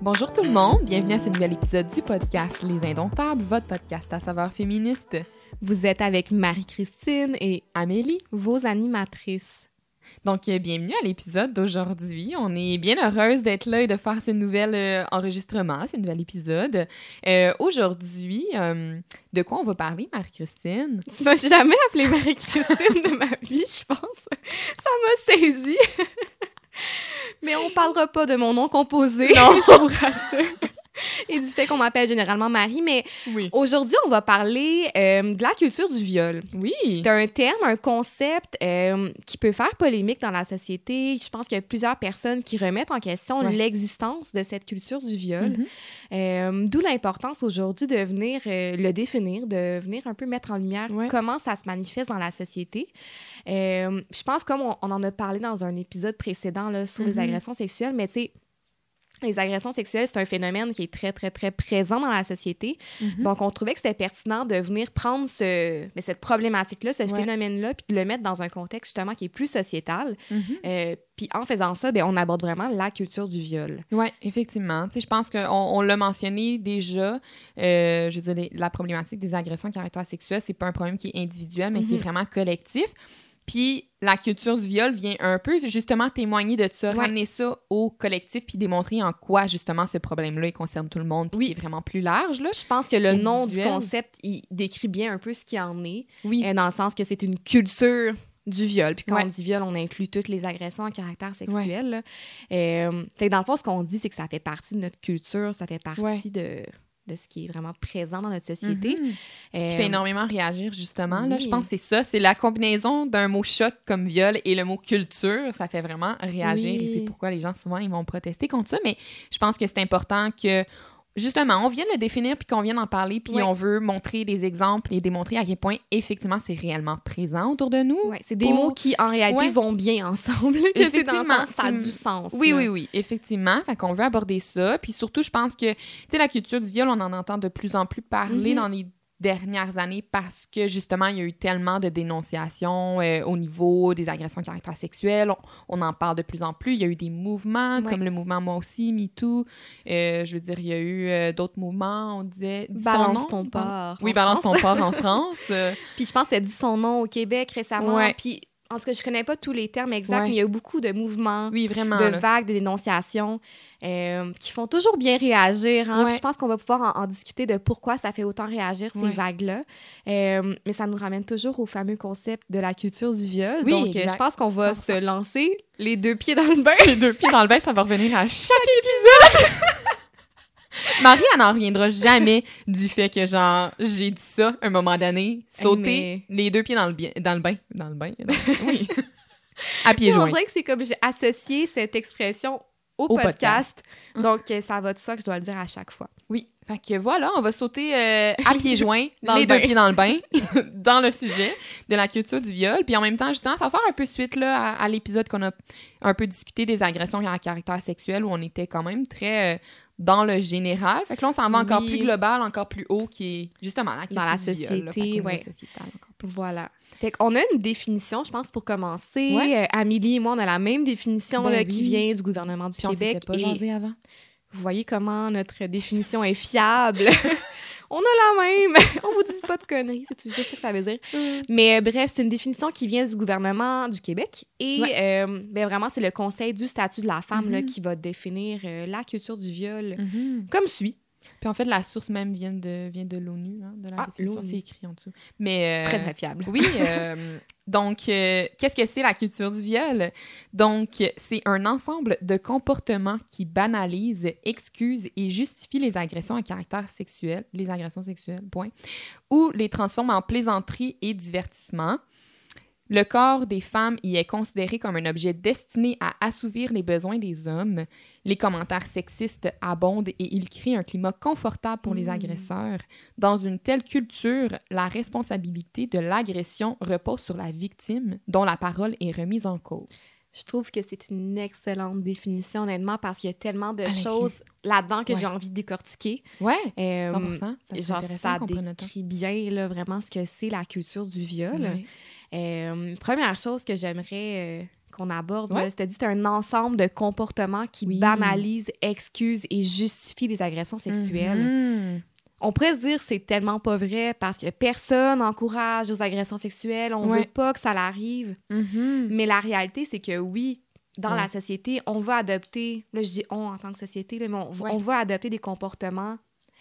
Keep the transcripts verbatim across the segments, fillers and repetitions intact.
Bonjour tout le monde, bienvenue à ce nouvel épisode du podcast Les Indomptables, votre podcast à saveur féministe. Vous êtes avec Marie-Christine et Amélie, vos animatrices. Donc, euh, bienvenue à l'épisode d'aujourd'hui. On est bien heureuse d'être là et de faire ce nouvel euh, enregistrement, ce nouvel épisode. Euh, aujourd'hui, euh, de quoi on va parler, Marie-Christine? Tu m'as jamais appelée Marie-Christine de ma vie, je pense. Ça m'a saisie. Mais on parlera pas de mon nom composé, non. Je vous rassure. Et du fait qu'on m'appelle généralement Marie, mais oui. Aujourd'hui, on va parler euh, de la culture du viol. Oui. C'est un terme, un concept euh, qui peut faire polémique dans la société. Je pense qu'il y a plusieurs personnes qui remettent en question ouais. l'existence de cette culture du viol. Mm-hmm. Euh, d'où l'importance aujourd'hui de venir euh, le définir, de venir un peu mettre en lumière ouais. comment ça se manifeste dans la société. Euh, je pense, comme on, on en a parlé dans un épisode précédent là, sur mm-hmm. les agressions sexuelles, mais tu sais, les agressions sexuelles, c'est un phénomène qui est très, très, très présent dans la société. Mm-hmm. Donc, on trouvait que c'était pertinent de venir prendre ce, mais cette problématique-là, ce ouais. phénomène-là, puis de le mettre dans un contexte, justement, qui est plus sociétal. Mm-hmm. Euh, puis, en faisant ça, bien, on aborde vraiment la culture du viol. Oui, effectivement. Tu sais, je pense qu'on on l'a mentionné déjà. Euh, je veux dire, les, la problématique des agressions à caractère sexuel, c'est pas un problème qui est individuel, mais mm-hmm. qui est vraiment collectif. Puis la culture du viol vient un peu justement témoigner de ça, ouais. ramener ça au collectif puis démontrer en quoi justement ce problème-là il concerne tout le monde puis oui. qui est vraiment plus large. Là. Je pense que le nom du concept, il décrit bien un peu ce qu'il en est, oui. euh, dans le sens que c'est une culture du viol. Puis quand ouais. on dit viol, on inclut toutes les agressions à caractère sexuel. Ouais. Euh, fait que dans le fond, ce qu'on dit, c'est que ça fait partie de notre culture, ça fait partie ouais. de... de ce qui est vraiment présent dans notre société. Mm-hmm. Ce qui euh... fait énormément réagir, justement. Oui. Là, je pense que c'est ça. C'est la combinaison d'un mot choc comme viol et le mot culture. Ça fait vraiment réagir. Oui. Et c'est pourquoi les gens, souvent, ils vont protester contre ça. Mais je pense que c'est important que, justement, on vienne le définir puis qu'on vienne en parler puis oui. on veut montrer des exemples et démontrer à quel point, effectivement, c'est réellement présent autour de nous. Oui, c'est des pour... mots qui, en réalité, ouais. vont bien ensemble. Que effectivement. Dans le sens, ça a du sens. Oui, là. oui, oui, effectivement. Fait qu'on veut aborder ça. Puis surtout, je pense que, tu sais, la culture du viol, on en entend de plus en plus parler mm-hmm. dans les dernières années parce que, justement, il y a eu tellement de dénonciations euh, au niveau des agressions à caractère sexuel. On, on en parle de plus en plus. Il y a eu des mouvements, ouais. comme le mouvement Moi aussi, MeToo. Euh, je veux dire, il y a eu euh, d'autres mouvements. On disait... Dis Balance ton port. Oui, Balance ton port en France. Euh... Puis je pense que tu as dit son nom au Québec récemment. Ouais. Puis... En tout cas, je connais pas tous les termes exacts, ouais. mais il y a eu beaucoup de mouvements, oui, vraiment, de là. vagues, de dénonciations euh, qui font toujours bien réagir. Hein? Ouais. Je pense qu'on va pouvoir en, en discuter de pourquoi ça fait autant réagir, ces ouais. vagues-là. Euh, mais ça nous ramène toujours au fameux concept de la culture du viol. Oui, Donc, euh, je pense qu'on va se lancer les deux pieds dans le bain. Les deux pieds dans le bain, ça va revenir à chaque, chaque épisode. Marie, elle n'en reviendra jamais du fait que, genre, j'ai dit ça à un moment donné, sauter mais... les deux pieds dans le, bi- dans le bain. Dans le bain, dans le... oui. À pieds joints. On dirait que c'est comme j'ai associé cette expression au, au podcast. podcast. Donc, ça va de soi que je dois le dire à chaque fois. Oui. Fait que voilà, on va sauter euh, à pieds joints, les deux pieds dans le bain, dans le sujet de la culture du viol. Puis en même temps, justement, ça va faire un peu suite là, à, à l'épisode qu'on a un peu discuté des agressions à caractère sexuel où on était quand même très... Euh, dans le général. Fait que là, on s'en va oui. encore plus global, encore plus haut, qui est justement la dans la société, oui. Voilà. Fait qu'on a une définition, je pense, pour commencer. Ouais. Euh, Amélie et moi, on a la même définition ben là, oui. qui vient du gouvernement du Puis Québec. On s'était pas jasé avant. Vous voyez comment notre définition est fiable. On a la même. On vous dit pas de conneries, c'est juste ça que ça veut dire. Mm. Mais euh, bref, c'est une définition qui vient du gouvernement du Québec. Et ouais. euh, ben, vraiment, c'est le Conseil du statut de la femme mm-hmm. là, qui va définir euh, la culture du viol mm-hmm. comme suit. Puis en fait, la source même vient de, vient de l'ONU, hein, de la ah, définition, c'est écrit en dessous. Mais, euh, très, très fiable. Oui. Euh, donc, euh, qu'est-ce que c'est la culture du viol? Donc, c'est un ensemble de comportements qui banalisent, excusent et justifient les agressions à caractère sexuel, les agressions sexuelles, point, ou les transforment en plaisanterie et divertissement. Le corps des femmes y est considéré comme un objet destiné à assouvir les besoins des hommes. Les commentaires sexistes abondent et ils créent un climat confortable pour mmh. les agresseurs. Dans une telle culture, la responsabilité de l'agression repose sur la victime, dont la parole est remise en cause. Je trouve que c'est une excellente définition, honnêtement, parce qu'il y a tellement de Avec choses lui. là-dedans que ouais. j'ai envie de décortiquer. Oui, euh, cent pour cent. Ça, genre, ça décrit bien là, vraiment ce que c'est la culture du viol. Ouais. Euh, première chose que j'aimerais euh, qu'on aborde. Ouais. Là. C'est-à-dire c'est un ensemble de comportements qui oui. banalisent, excusent et justifient les agressions sexuelles. Mm-hmm. On pourrait se dire que c'est tellement pas vrai parce que personne n'encourage aux agressions sexuelles, on ouais. veut pas que ça l'arrive. Mm-hmm. Mais la réalité, c'est que oui, dans ouais. la société, on va adopter, là je dis on en tant que société, là, mais on, ouais. on va adopter des comportements,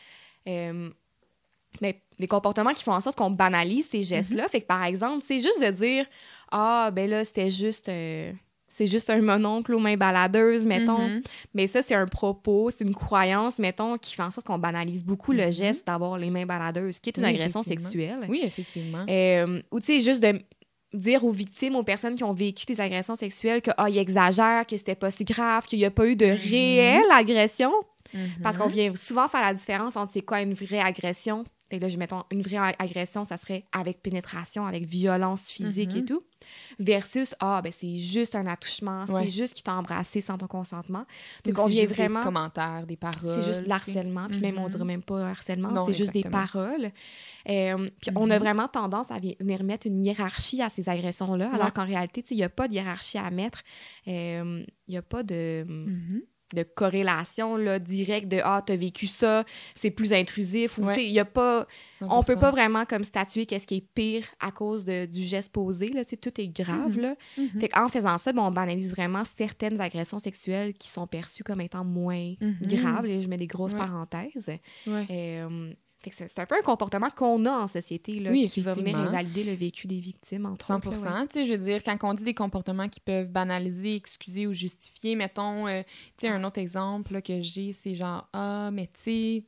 euh, mais des comportements qui font en sorte qu'on banalise ces gestes-là. Mm-hmm. Fait que par exemple, c'est juste de dire « Ah, ben là, c'était juste... Euh, c'est juste un mononcle aux mains baladeuses, mettons. Mm-hmm. » Mais ça, c'est un propos, c'est une croyance, mettons, qui fait en sorte qu'on banalise beaucoup mm-hmm. le geste d'avoir les mains baladeuses, qui est une oui, agression sexuelle. Oui, effectivement. Euh, ou tu sais, juste de dire aux victimes, aux personnes qui ont vécu des agressions sexuelles que, ah, ils exagèrent, que c'était pas si grave, qu'il n'y a pas eu de mm-hmm. réelle agression. Mm-hmm. Parce qu'on vient souvent faire la différence entre c'est quoi une vraie agression. Fait que là, je mettons, une vraie agression, ça serait avec pénétration, avec violence physique mm-hmm. et tout. Versus, ah, ben c'est juste un attouchement, ouais. c'est juste qu'il t'a embrassé sans ton consentement. Puis qu'on vient vraiment... des commentaires, des paroles. C'est juste l'harcèlement, puis mm-hmm. même on dirait même pas harcèlement, non, c'est juste des paroles. Euh, puis mm-hmm. on a vraiment tendance à venir mettre une hiérarchie à ces agressions-là, ouais. alors qu'en réalité, il n'y a pas de hiérarchie à mettre. Il euh, n'y a pas de... Mm-hmm. de corrélation là, directe de « Ah, t'as vécu ça, c'est plus intrusif. » ou ouais. il y a pas... cent pour cent. On peut pas vraiment comme statuer qu'est-ce qui est pire à cause de, du geste posé. Là, tout est grave. Mm-hmm. Là. Mm-hmm. Fait qu'en faisant ça, ben, on banalise vraiment certaines agressions sexuelles qui sont perçues comme étant moins mm-hmm. graves. Là, je mets des grosses ouais. parenthèses. Ouais. Euh, fait que c'est, c'est un peu un comportement qu'on a en société là, oui, qui va venir invalider le vécu des victimes, entre cent pour cent. Autres, là, ouais. Tu sais, je veux dire, quand on dit des comportements qui peuvent banaliser, excuser ou justifier, mettons, euh, tu sais, un autre exemple là, que j'ai, c'est genre, ah, mais tu sais,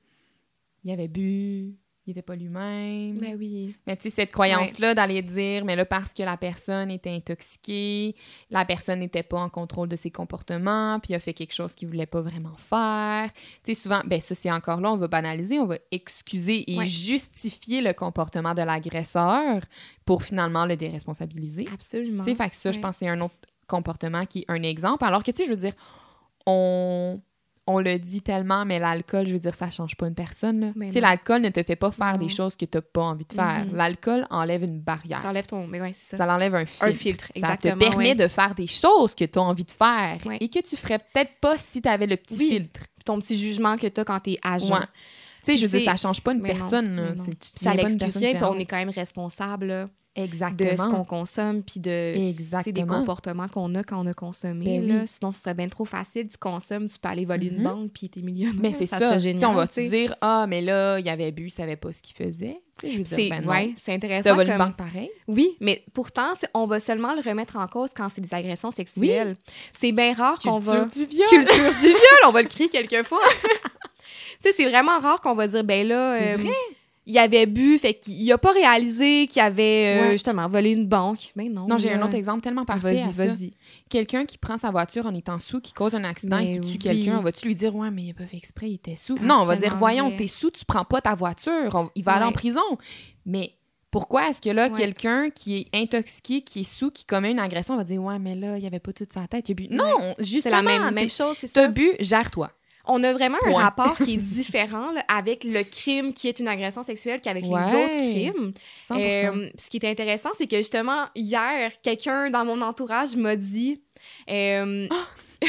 il avait bu, il était pas lui-même. Ben oui. Mais tu sais, cette croyance-là ouais. d'aller dire, mais là, parce que la personne était intoxiquée, la personne n'était pas en contrôle de ses comportements, puis a fait quelque chose qu'il voulait pas vraiment faire. Tu sais, souvent, ben ça, c'est encore là, on va banaliser, on va excuser et ouais. justifier le comportement de l'agresseur pour finalement le déresponsabiliser. Absolument. Tu sais, fait que ça, ouais. je pense que c'est un autre comportement qui est un exemple. Alors que, tu sais, je veux dire, on... on le dit tellement, mais l'alcool, je veux dire, ça change pas une personne. Tu sais, l'alcool ne te fait pas faire non. des choses que t'as pas envie de faire. Mm-hmm. L'alcool enlève une barrière. Ça enlève ton... Mais ouais, c'est ça. Ça l'enlève un filtre. Un filtre, exactement. Ça te permet ouais. de faire des choses que t'as envie de faire ouais. et que tu ferais peut-être pas si t'avais le petit oui. filtre. Ton petit jugement que t'as quand t'es agent. Ouais. Tu sais, je veux dire, ça change pas une mais personne. Non, mais non. C'est, tu ça l'excuse rien, puis on est quand même responsable là, Exactement. de ce qu'on consomme, puis de c'est des comportements qu'on a quand on a consommé. Ben là. Oui. Sinon, ce serait bien trop facile. Tu consommes, tu peux aller voler mm-hmm. une banque, puis t'es millionnaire. Mais c'est ça. ça. Génial, on va te dire, ah, mais là, il avait bu, il savait pas ce qu'il faisait. Je veux dire, c'est, ben ouais, c'est intéressant. Tu as volé comme... une banque pareil. Oui, mais pourtant, on va seulement le remettre en cause quand c'est des agressions sexuelles. Oui. C'est bien rare Culture qu'on va... du viol! Culture du viol! On va le crier quelquefois. Tu sais, c'est vraiment rare qu'on va dire, ben là... C'est euh, vrai. Il avait bu, fait qu'il a pas réalisé qu'il avait euh, ouais. justement volé une banque. Mais non. Non, j'ai là... un autre exemple tellement parfait. Vas-y, à ça. vas-y. Quelqu'un qui prend sa voiture en étant sous, qui cause un accident et qui tue oui. quelqu'un, on va-tu lui dire, ouais, mais il a pas fait exprès, il était sous? Ah, non, on va dire, voyons, vrai. T'es sous, tu prends pas ta voiture, on... il va ouais. aller en prison. Mais pourquoi est-ce que là, ouais. quelqu'un qui est intoxiqué, qui est sous, qui commet une agression, va dire, ouais, mais là, il avait pas toute sa tête, il a bu. Ouais. Non, justement, c'est la même, même chose, c'est ça. T'as bu, gère-toi. On a vraiment un ouais. rapport qui est différent là, avec le crime qui est une agression sexuelle qu'avec ouais. les autres crimes. cent pour cent. Euh, ce qui est intéressant, c'est que justement, hier, quelqu'un dans mon entourage m'a dit... Euh, oh!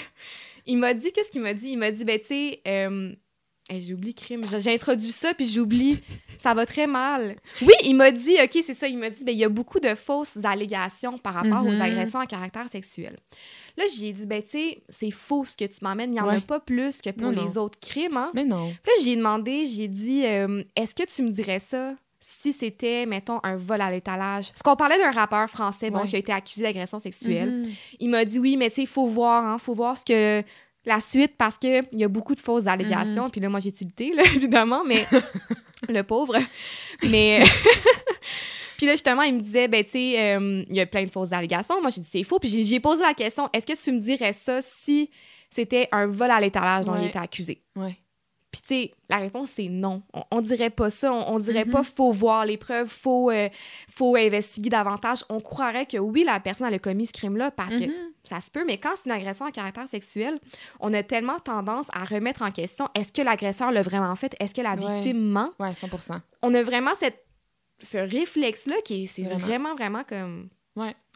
il m'a dit... Qu'est-ce qu'il m'a dit? Il m'a dit, ben tu sais... Euh, hey, j'ai oublié crime. J'ai, j'ai introduit ça, puis j'oublie. Ça va très mal. Oui, il m'a dit... OK, c'est ça. Il m'a dit, ben il y a beaucoup de fausses allégations par rapport mm-hmm. aux agressions à caractère sexuel. Là, j'ai dit, ben, tu sais, c'est faux ce que tu m'emmènes. Il n'y en ouais. a pas plus que pour non, les non. autres crimes, hein? Mais non. Puis là, j'ai demandé, j'ai dit, euh, est-ce que tu me dirais ça si c'était, mettons, un vol à l'étalage? Parce qu'on parlait d'un rappeur français, bon, ouais. qui a été accusé d'agression sexuelle. Mm-hmm. Il m'a dit, oui, mais tu sais, il faut voir, hein, faut voir ce que... la suite, parce qu'il y a beaucoup de fausses allégations. Mm-hmm. Puis là, moi, j'ai tilté, là, évidemment, mais... le pauvre. Mais... Puis là, justement, il me disait, ben, tu sais, euh, il y a plein de fausses allégations. Moi, j'ai dit, c'est faux. Puis j'ai, j'ai posé la question, est-ce que tu me dirais ça si c'était un vol à l'étalage dont ouais. il était accusé? Ouais. Puis, tu sais, la réponse, c'est non. On, on dirait pas ça. On, on dirait Mm-hmm. pas, faut voir les preuves, faut, euh, faut investiguer davantage. On croirait que oui, la personne, elle a commis ce crime-là parce Mm-hmm. que ça se peut. Mais quand c'est une agression à caractère sexuel, on a tellement tendance à remettre en question, est-ce que l'agresseur l'a vraiment fait? Est-ce que la victime ouais. ment? Ouais, cent pour cent. On a vraiment cette ce réflexe-là qui est c'est vraiment. vraiment, vraiment comme... Ouais.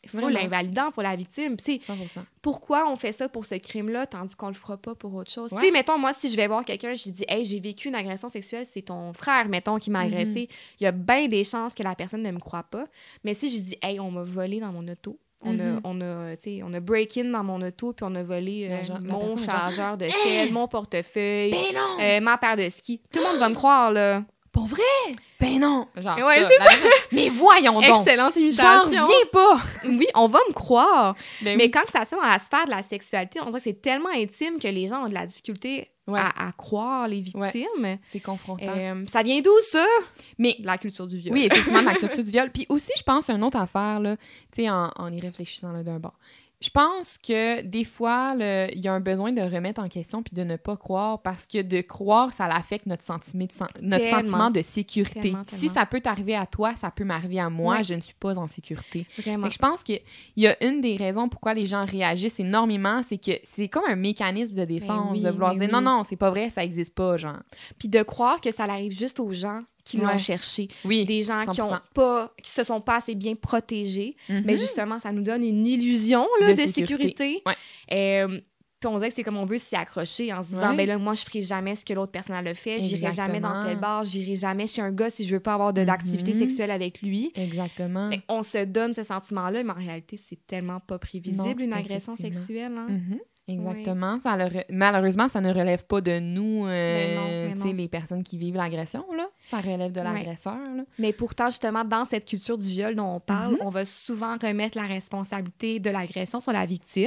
full invalidant pour la victime. Puis, cent pour cent. Pourquoi on fait ça pour ce crime-là, tandis qu'on le fera pas pour autre chose? Ouais. Tu sais, mettons, moi, si je vais voir quelqu'un, je dis « Hey, j'ai vécu une agression sexuelle, c'est ton frère, mettons, qui m'a agressé. Mm-hmm. » Il y a bien des chances que la personne ne me croit pas. Mais si je dis « Hey, on m'a volé dans mon auto. » On, mm-hmm. a, on, a, on a break-in dans mon auto, puis on a volé euh, genre, mon chargeur de sel, mon portefeuille, ben non! Euh, ma paire de skis. Tout le monde va me croire, là. Pour vrai? Ben non! Genre ouais, ça. C'est ça. Mais voyons donc! Excellente imitation! J'en reviens pas! Oui, on va me croire. Ben mais oui. quand ça se fait dans la sphère de la sexualité, on dirait que c'est tellement intime que les gens ont de la difficulté ouais. à, à croire les victimes. Ouais. C'est confrontant. Euh, ça vient d'où, ça? Mais de la culture du viol. Oui, effectivement, de la culture du viol. Puis aussi, je pense, une autre affaire, là, tu sais, en, en y réfléchissant là, d'un bord. Je pense que des fois, il y a un besoin de remettre en question puis de ne pas croire parce que de croire, ça l'affecte notre, sentiment de, sen- notre sentiment de sécurité. Tellement, tellement. Si ça peut t'arriver à toi, ça peut m'arriver à moi, ouais. je ne suis pas en sécurité. Vraiment. Je pense qu'il y a une des raisons pourquoi les gens réagissent énormément, c'est que c'est comme un mécanisme de défense, oui, de vouloir dire oui. non, non, c'est pas vrai, ça n'existe pas, genre. Puis de croire que ça arrive juste aux gens qui ouais. l'ont cherché. Oui, des gens cent pour cent. qui ont pas qui se sont pas assez bien protégés. Mm-hmm. Mais justement, ça nous donne une illusion là, de, de sécurité. sécurité. Ouais. Euh, puis on dirait que c'est comme on veut s'y accrocher en se disant, ouais. ben là, moi, je ferai jamais ce que l'autre personne le fait. J'irai jamais dans tel bar. J'irai jamais chez un gars si je veux pas avoir de l'activité mm-hmm. sexuelle avec lui. Exactement. Fait on se donne ce sentiment-là, mais en réalité, c'est tellement pas prévisible, non, une agression sexuelle. Hein? Mm-hmm. Exactement. Oui. Ça le re... Malheureusement, ça ne relève pas de nous, euh, tu sais, les personnes qui vivent l'agression, là. Ça relève de l'agresseur, oui. là. Mais pourtant, justement, dans cette culture du viol dont on parle, mm-hmm. on va souvent remettre la responsabilité de l'agression sur la victime.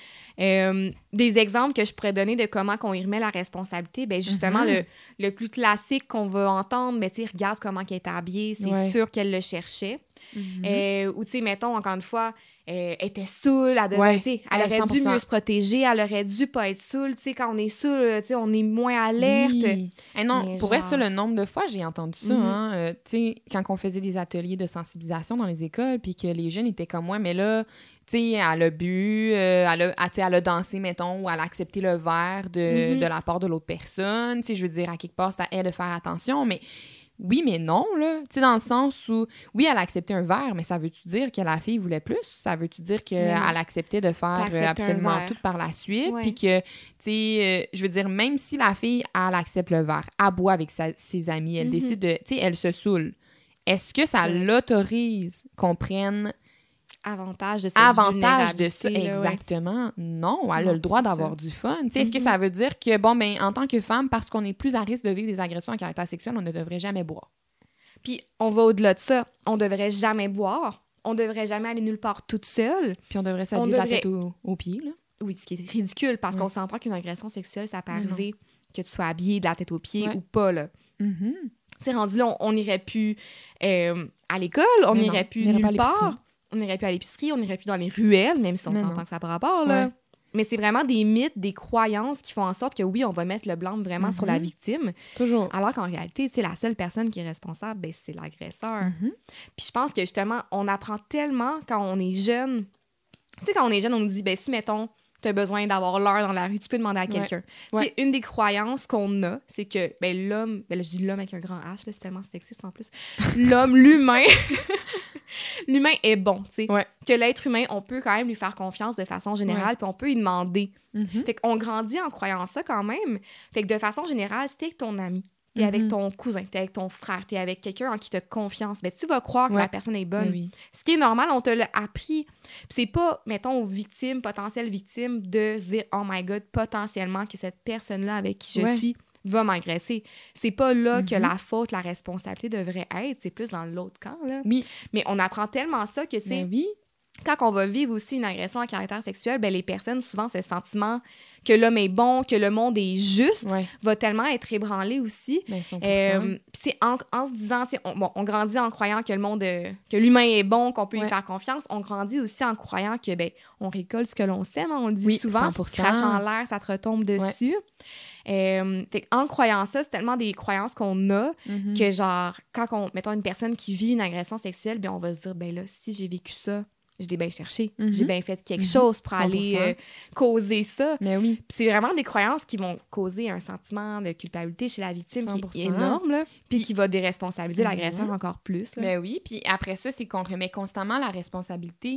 Euh, des exemples que je pourrais donner de comment on y remet la responsabilité, bien, justement, mm-hmm. le, le plus classique qu'on va entendre, mais tu sais, regarde comment elle est habillée, c'est ouais. sûr qu'elle le cherchait. Mm-hmm. Euh, ou, tu sais, mettons, encore une fois, Euh, elle était saoule, elle, devait, ouais, elle aurait cent pour cent. Dû mieux se protéger, elle aurait dû pas être saoule. Tu sais, quand on est saoule, tu sais, on est moins alerte. Oui. Et non, mais pour genre... vrai, ça, le nombre de fois, j'ai entendu ça. Mm-hmm. Hein, euh, tu sais, quand on faisait des ateliers de sensibilisation dans les écoles, puis que les jeunes étaient comme moi, mais là, tu sais, elle a bu, euh, elle, a, elle a dansé, mettons, ou elle a accepté le verre de, mm-hmm. de la part de l'autre personne. Tu sais, je veux dire, à quelque part, c'est à elle de faire attention, mais... Oui, mais non, là. Tu sais, dans le sens où, oui, elle a accepté un verre, mais ça veut-tu dire que la fille voulait plus? Ça veut-tu dire qu'elle acceptait de faire euh, absolument tout par la suite? Puis ouais. que, tu sais, euh, je veux dire, même si la fille, elle accepte le verre, elle boit avec sa, ses amis, elle mm-hmm. décide de... Tu sais, elle se saoule. Est-ce que ça ouais. l'autorise qu'on prenne... avantage de cette avantage de ça, là, exactement. Ouais. Non, elle non, a le droit d'avoir ça. Du fun. Mm-hmm. Est-ce que ça veut dire que, bon, ben, en tant que femme, parce qu'on est plus à risque de vivre des agressions à caractère sexuel, on ne devrait jamais boire? Puis on va au-delà de ça. On devrait jamais boire. On devrait jamais aller nulle part toute seule. Puis on devrait s'habiller devrait... la tête aux au pieds, là. Oui, ce qui est ridicule, parce ouais. qu'on s'entend qu'une agression sexuelle, ça peut arriver non. que tu sois habillée de la tête aux pieds ouais. ou pas, là. Mm-hmm. Tu sais, rendu là, on n'irait plus euh, à l'école, on n'irait plus nulle part. On n'irait plus à l'épicerie, on n'irait plus dans les ruelles, même si on mais s'entend non. que ça n'a pas rapport, là. Ouais. Mais c'est vraiment des mythes, des croyances qui font en sorte que, oui, on va mettre le blâme vraiment mm-hmm. sur la victime. Toujours. Alors qu'en réalité, tu sais, la seule personne qui est responsable, ben, c'est l'agresseur. Mm-hmm. Puis je pense que, justement, on apprend tellement quand on est jeune. Tu sais, quand on est jeune, on nous dit, ben si, mettons, tu as besoin d'avoir l'heure dans la rue, tu peux demander à quelqu'un. Ouais. Ouais. Une des croyances qu'on a, c'est que ben, l'homme, ben, là, je dis l'homme avec un grand H, là, c'est tellement sexiste en plus, l'homme, l'humain, l'humain est bon, tu sais. Ouais. Que l'être humain, on peut quand même lui faire confiance de façon générale, ouais. puis on peut lui demander. Mm-hmm. Fait qu'on grandit en croyant ça quand même. Fait que de façon générale, si t'es avec ton ami, t'es mm-hmm. avec ton cousin, t'es avec ton frère, t'es avec quelqu'un en qui t'as confiance, ben tu vas croire que ouais. la personne est bonne. Oui. Ce qui est normal, on te l'a appris. Puis c'est pas, mettons, aux victimes, potentielles victimes, de se dire « Oh my God, potentiellement que cette personne-là avec qui je ouais. suis va m'agresser. » C'est pas là mm-hmm. que la faute, la responsabilité devrait être. C'est plus dans l'autre camp, là. Oui. Mais on apprend tellement ça que c'est... Ben oui. Quand on va vivre aussi une agression à caractère sexuel, ben les personnes, souvent, ce sentiment que l'homme est bon, que le monde est juste, ouais. va tellement être ébranlé aussi. Ben, cent pour cent. Euh, puis c'est en, en se disant, on, bon, on grandit en croyant que le monde, euh, que l'humain est bon, qu'on peut ouais. lui faire confiance. On grandit aussi en croyant que, ben, on récolte ce que l'on sème. Hein, on le dit oui, souvent, cent pour cent. Si tu craches en l'air, ça te retombe dessus. Ouais. Euh, fait en croyant ça, c'est tellement des croyances qu'on a mm-hmm. que, genre, quand on, mettons, une personne qui vit une agression sexuelle, ben, on va se dire, ben là, si j'ai vécu ça, je l'ai bien cherché. Mm-hmm. J'ai bien fait quelque mm-hmm. chose pour aller euh, causer ça. Mais oui. Puis c'est vraiment des croyances qui vont causer un sentiment de culpabilité chez la victime cent pour cent. Qui est énorme, là, puis qui va déresponsabiliser mm-hmm. l'agresseur encore plus. Là. Mais oui. Puis après ça, c'est qu'on remet constamment la responsabilité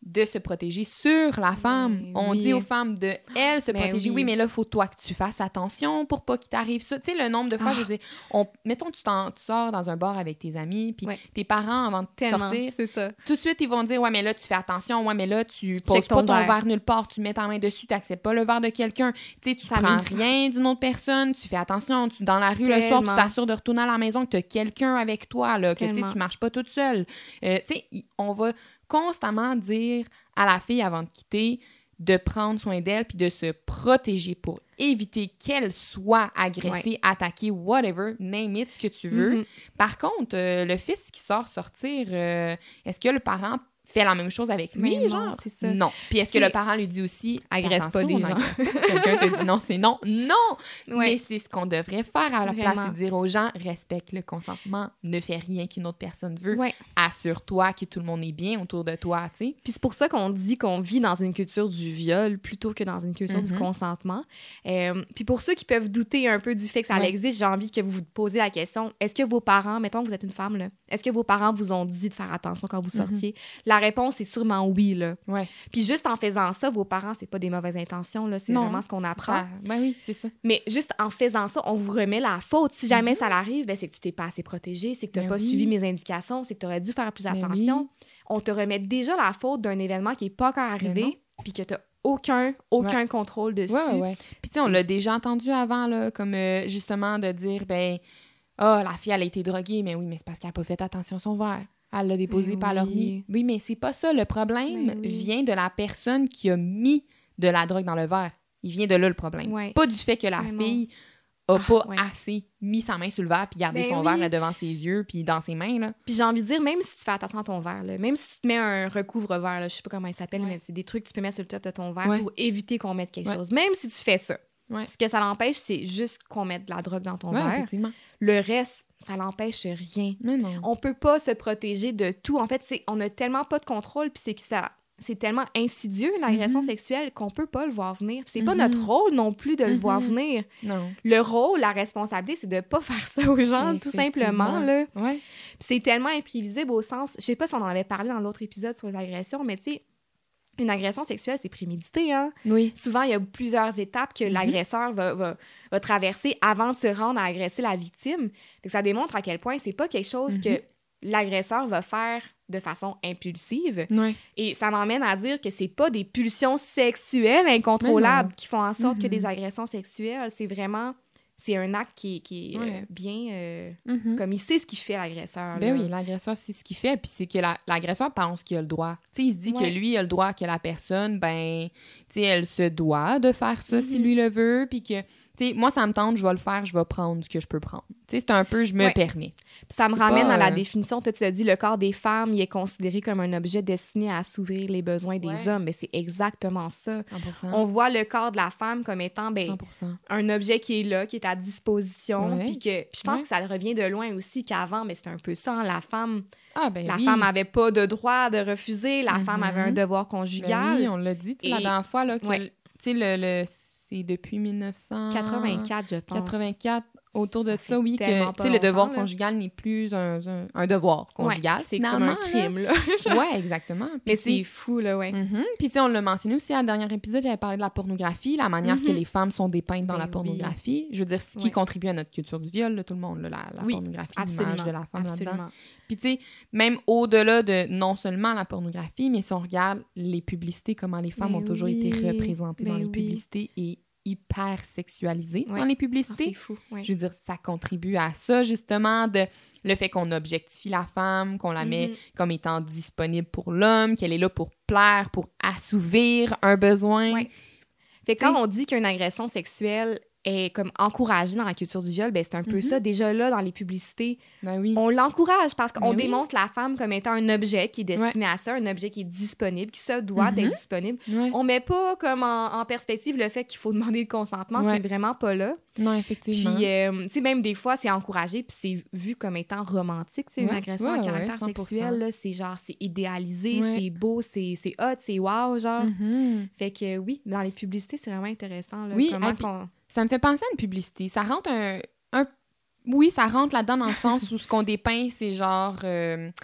de se protéger sur la femme. Mais On oui. dit aux femmes de, elles, se Mais protéger. Oui. oui. mais là, il faut toi que tu fasses attention pour pas qu'il t'arrive ça. Tu sais, le nombre de fois, Ah. je veux dire, on, mettons, tu, t'en, tu sors dans un bar avec tes amis, puis Ouais. tes parents, avant de Tellement, sortir, c'est ça. tout de suite, ils vont dire, ouais, mais là, tu fais attention, ouais, mais là, tu poses Check pas ton ton verre. verre. nulle part, tu mets ta main dessus, tu n'acceptes pas le verre de quelqu'un. Tu sais, tu Ça prends m'énerve. rien d'une autre personne, tu fais attention, tu dans la rue le soir, tu Tellement. t'assures de retourner à la maison, que tu as quelqu'un avec toi, là, que tu sais, Tellement. tu marches pas toute seule. Euh, tu sais, y- on va constamment dire à la fille avant de quitter de prendre soin d'elle puis de se protéger pour éviter qu'elle soit agressée, attaquée, whatever, name it, ce que tu veux. Mhm. Par contre, euh, le fils qui sort sortir, euh, est-ce que le parent fait la même chose avec lui, Mais non, genre? c'est ça. Non. Puis est-ce que C'est- le parent lui dit aussi... Agresse Fais pas des attention, gens. n'agresse pas. Si quelqu'un te dit non, c'est non. Non! Ouais. Mais c'est ce qu'on devrait faire à la place, Vraiment. c'est de dire aux gens, respecte le consentement, ne fais rien qu'une autre personne veut. Ouais. Assure-toi que tout le monde est bien autour de toi, tu sais. Puis c'est pour ça qu'on dit qu'on vit dans une culture du viol plutôt que dans une culture du Mhm. consentement. Euh, puis pour ceux qui peuvent douter un peu du fait que ça Ouais. existe, j'ai envie que vous vous posiez la question, est-ce que vos parents, mettons que vous êtes une femme, là, est-ce que vos parents vous ont dit de faire attention quand vous Mhm. sortiez? La réponse est sûrement oui, là. Ouais. Puis juste en faisant ça, vos parents, c'est pas des mauvaises intentions, là, c'est Non, vraiment ce qu'on apprend. ça- Ben oui, c'est ça. Mais juste en faisant ça, on vous remet la faute. Si jamais Mhm. ça l'arrive, ben, c'est que tu t'es pas assez protégé, c'est que tu n'as Ben pas oui. suivi mes indications, c'est que tu aurais dû faire plus Ben attention. On te remet déjà la faute d'un événement qui n'est pas encore Ben non. arrivé, puis que tu n'as aucun, aucun contrôle dessus. Ouais, ouais, ouais. Puis tu sais, on l'a déjà entendu avant, là, comme euh, justement de dire, ben, ah, la fille, elle a été droguée, mais oui, mais c'est parce qu'elle n'a pas fait attention à son verre. Elle l'a déposé Mais par leur oui. mis. Oui, mais c'est pas ça. Le problème Mais oui. vient de la personne qui a mis de la drogue dans le verre. Il vient de là, le problème. Ouais. Pas du fait que la Vraiment. fille a Ah, pas ouais. assez mis sa main sur le verre puis gardé Ben son oui. verre là, devant ses yeux puis dans ses mains, là. Puis j'ai envie de dire, même si tu fais attention à ton verre, là, même si tu te mets un recouvre-verre, là, je sais pas comment il s'appelle, Ouais. mais c'est des trucs que tu peux mettre sur le top de ton verre Ouais. pour éviter qu'on mette quelque Ouais. chose. Même si tu fais ça. Ouais. Ce que ça l'empêche, c'est juste qu'on mette de la drogue dans ton Ouais, verre. effectivement. Le reste, ça l'empêche rien. Mais non. On peut pas se protéger de tout. En fait, c'est, on a tellement pas de contrôle, puis c'est que ça, c'est tellement insidieux, l'agression Mhm. sexuelle, qu'on peut pas le voir venir. Puis c'est pas Mhm. notre rôle non plus de le Mhm. voir venir. Non. Le rôle, la responsabilité, c'est de pas faire ça aux gens, tout simplement, là. Ouais. Puis c'est tellement imprévisible au sens... Je sais pas si on en avait parlé dans l'autre épisode sur les agressions, mais tu sais, une agression sexuelle, c'est prémédité, hein? Oui. Souvent, il y a plusieurs étapes que Mhm. l'agresseur va, va, va traverser avant de se rendre à agresser la victime. Fait que ça démontre à quel point c'est pas quelque chose Mhm. que l'agresseur va faire de façon impulsive. Ouais. Et ça m'emmène à dire que c'est pas des pulsions sexuelles incontrôlables Mais non. qui font en sorte que Mhm. des agressions sexuelles, c'est vraiment... C'est un acte qui, qui est euh, Ouais. bien... euh, Mhm. comme il sait ce qu'il fait, l'agresseur. Ben là. oui, l'agresseur, c'est ce qu'il fait, puis c'est que la- l'agresseur pense qu'il a le droit. Tu sais, il se dit Ouais. que lui, il a le droit, que la personne, ben, tu sais, elle se doit de faire ça si Mhm. lui le veut, puis que, tu sais, moi, ça me tente, je vais le faire, je vais prendre ce que je peux prendre. Tu sais, c'est un peu, je me Ouais. permets. Puis ça me C'est ramène pas, à la euh, définition, toi, tu l'as dit, le corps des femmes, il est considéré comme un objet destiné à assouvir les besoins des Ouais. hommes. Mais c'est exactement ça. cent pour cent. On voit le corps de la femme comme étant ben, cent pour cent. un objet qui est là, qui est à disposition. Ouais. Puis que puis je pense Ouais. que ça revient de loin aussi qu'avant, mais c'était un peu ça. Hein, la femme, Ah, ben la oui. femme avait pas de droit de refuser. La Mhm. femme avait un devoir Ben conjugal. oui, on l'a dit, tu sais, la Et- dernière fois, là, que, Ouais. tu sais, le, le- c'est depuis mille neuf cent quatre-vingt-quatre, je pense. quatre-vingt-quatre, autour de Ça ça, fait oui, que tellement tu pas sais, le devoir longtemps, là. conjugal n'est plus un, un, un devoir Ouais, conjugal, c'est finalement. comme un là. crime, là. Ouais, exactement. Puis Mais tu sais, c'est fou, là, ouais. mhm. Puis tu sais, on l'a mentionné aussi à le dernier épisode, j'avais parlé de la pornographie, la manière Mhm. que les femmes sont dépeintes dans Ben la oui. pornographie. Je veux dire, ce qui Ouais. contribue à notre culture du viol, là, tout le monde, là, la, la Oui, pornographie, Absolument. l'image de la femme là-dedans. Absolument. Puis tu sais, même au-delà de non seulement la pornographie, mais si on regarde les publicités, comment les femmes Mais ont toujours été oui, représentées dans mais les oui. publicités et hyper sexualisées Ouais. dans les Ah, publicités. c'est fou, ouais. Je veux dire, ça contribue à ça, justement, de le fait qu'on objectifie la femme, qu'on la met Mhm. comme étant disponible pour l'homme, qu'elle est là pour plaire, pour assouvir un besoin. Ouais. Fait que quand on dit qu'une agression sexuelle est comme encouragée dans la culture du viol, ben c'est un peu Mhm. ça. Déjà là, dans les publicités, Ben oui. on l'encourage parce qu'on Mais oui. démontre la femme comme étant un objet qui est destiné à ça, un objet qui est disponible, qui se doit Mhm. d'être disponible. Ouais. On met pas comme en, en perspective le fait qu'il faut demander le consentement, Ouais. c'est vraiment pas là. Non, Puis, effectivement. euh, tu sais, même des fois, c'est encouragé, puis c'est vu comme étant romantique, tu sais, une Ouais. agression Ouais, à ouais, caractère cent pour cent. sexuel, là, c'est genre, c'est idéalisé, Ouais. c'est beau, c'est c'est hot, c'est wow, genre. Mhm. Fait que oui, dans les publicités, c'est vraiment intéressant, là, Oui, comment et puis- qu'on... Ça me fait penser à une publicité. Ça rentre un... un... Oui, ça rentre là-dedans dans le sens où ce qu'on dépeint, c'est genre... euh,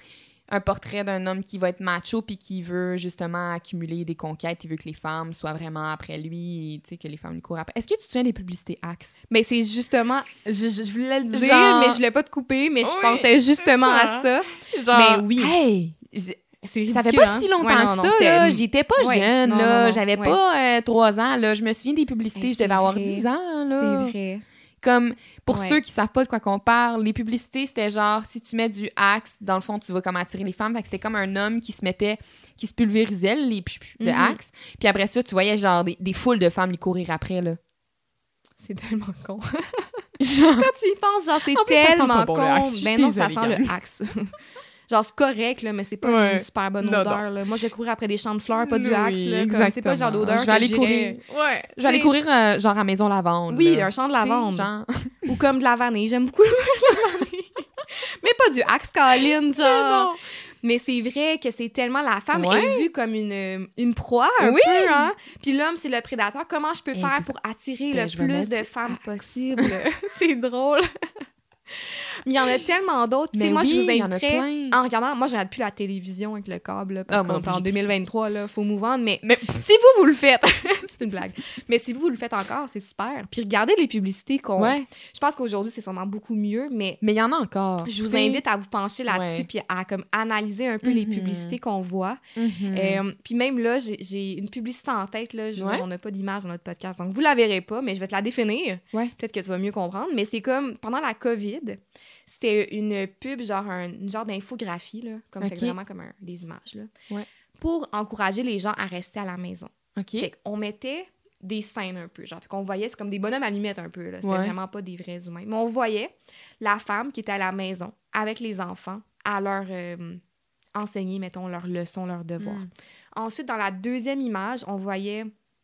un portrait d'un homme qui va être macho puis qui veut justement accumuler des conquêtes. Il veut que les femmes soient vraiment après lui, tu sais, que les femmes lui courent après. Est-ce que tu te souviens des publicités Axe? Mais c'est justement... Je, je, je voulais le dire, Genre... mais je voulais pas te couper, mais je oui, pensais justement ça. à ça. Genre, mais oui. Hey! C'est ça fait ridicule, pas hein? si longtemps ouais, non, que non, ça, c'était... là. J'étais pas ouais, jeune, non, là. non, non, J'avais ouais. pas euh, trois ans, là. Je me souviens des publicités, Hey, je devais avoir vrai. dix ans, là. C'est vrai. Comme, pour Ouais. ceux qui savent pas de quoi qu'on parle, les publicités, c'était genre, si tu mets du Axe, dans le fond, tu vas comme attirer les femmes. Fait que c'était comme un homme qui se mettait, qui se pulvérisait, les pch, pch, de Mm-hmm. Axe. Puis après ça, tu voyais genre des, des foules de femmes lui courir après, là. C'est tellement con. Genre... Quand tu y penses, genre, c'est En plus, ça sent tellement pas bon, con. le Axe. Je suis Ben non, ça désolée, sent le Axe. Genre, c'est correct, là, mais c'est pas Ouais. une super bonne Non, odeur, là. Moi, je vais courir après des champs de fleurs, pas du Oui, Axe, là. Comme, c'est pas le genre d'odeur Je vais que aller j'irais- courir. Ouais. Je vais aller T'sais- courir, euh, genre, à Maison Lavande. Oui, là. un champ de Tu sais, lavande. genre... Ou comme de la vanille. J'aime beaucoup la vanille. Mais pas du Axe Caline, genre. Mais c'est vrai que c'est tellement... La femme Ouais. est vue comme une, une proie, un Oui. peu, hein. Puis l'homme, c'est le prédateur. Comment je peux faire Exact. pour attirer Ben, le je vais plus mettre de du femmes Axe. possible? C'est drôle. Mais il y en a tellement d'autres. Tu sais, Mais moi, oui, je vous il y en a inviterais... plein. En regardant... Moi, je regarde plus la télévision avec le câble, là, parce Ah, moi qu'on non est en plus, j'ai deux mille vingt-trois, là. Faut move on, mais... Mais... Si vous, vous le faites... c'est une blague. Mais si vous, vous le faites encore, c'est super. Puis regardez les publicités qu'on... Ouais. Je pense qu'aujourd'hui, c'est sûrement beaucoup mieux, mais... Mais il y en a encore. Je vous Tu sais. invite à vous pencher là-dessus Ouais. puis à comme analyser un peu les Mhm. publicités qu'on voit. Mhm. Euh, puis même là, j'ai- j'ai une publicité en tête. Là, je veux Ouais. dire, on n'a pas d'image dans notre podcast, donc vous la verrez pas, mais je vais te la définir. Ouais. Peut-être que tu vas mieux comprendre. Mais c'est comme, pendant la COVID, c'était une pub, genre un une genre d'infographie, là, comme fait Ok. que vraiment comme un- des images, là, Ouais. pour encourager les gens à rester à la maison. OK. Fait qu'on mettait des scènes un peu, genre, fait qu'on voyait, c'est comme des bonhommes allumettes un peu, là. C'était Ouais. vraiment pas des vrais humains. Mais on voyait la femme qui était à la maison avec les enfants à leur euh, enseigner, mettons, leurs leçons, leurs devoirs. Mm. Ensuite, dans la deuxième image, on voyait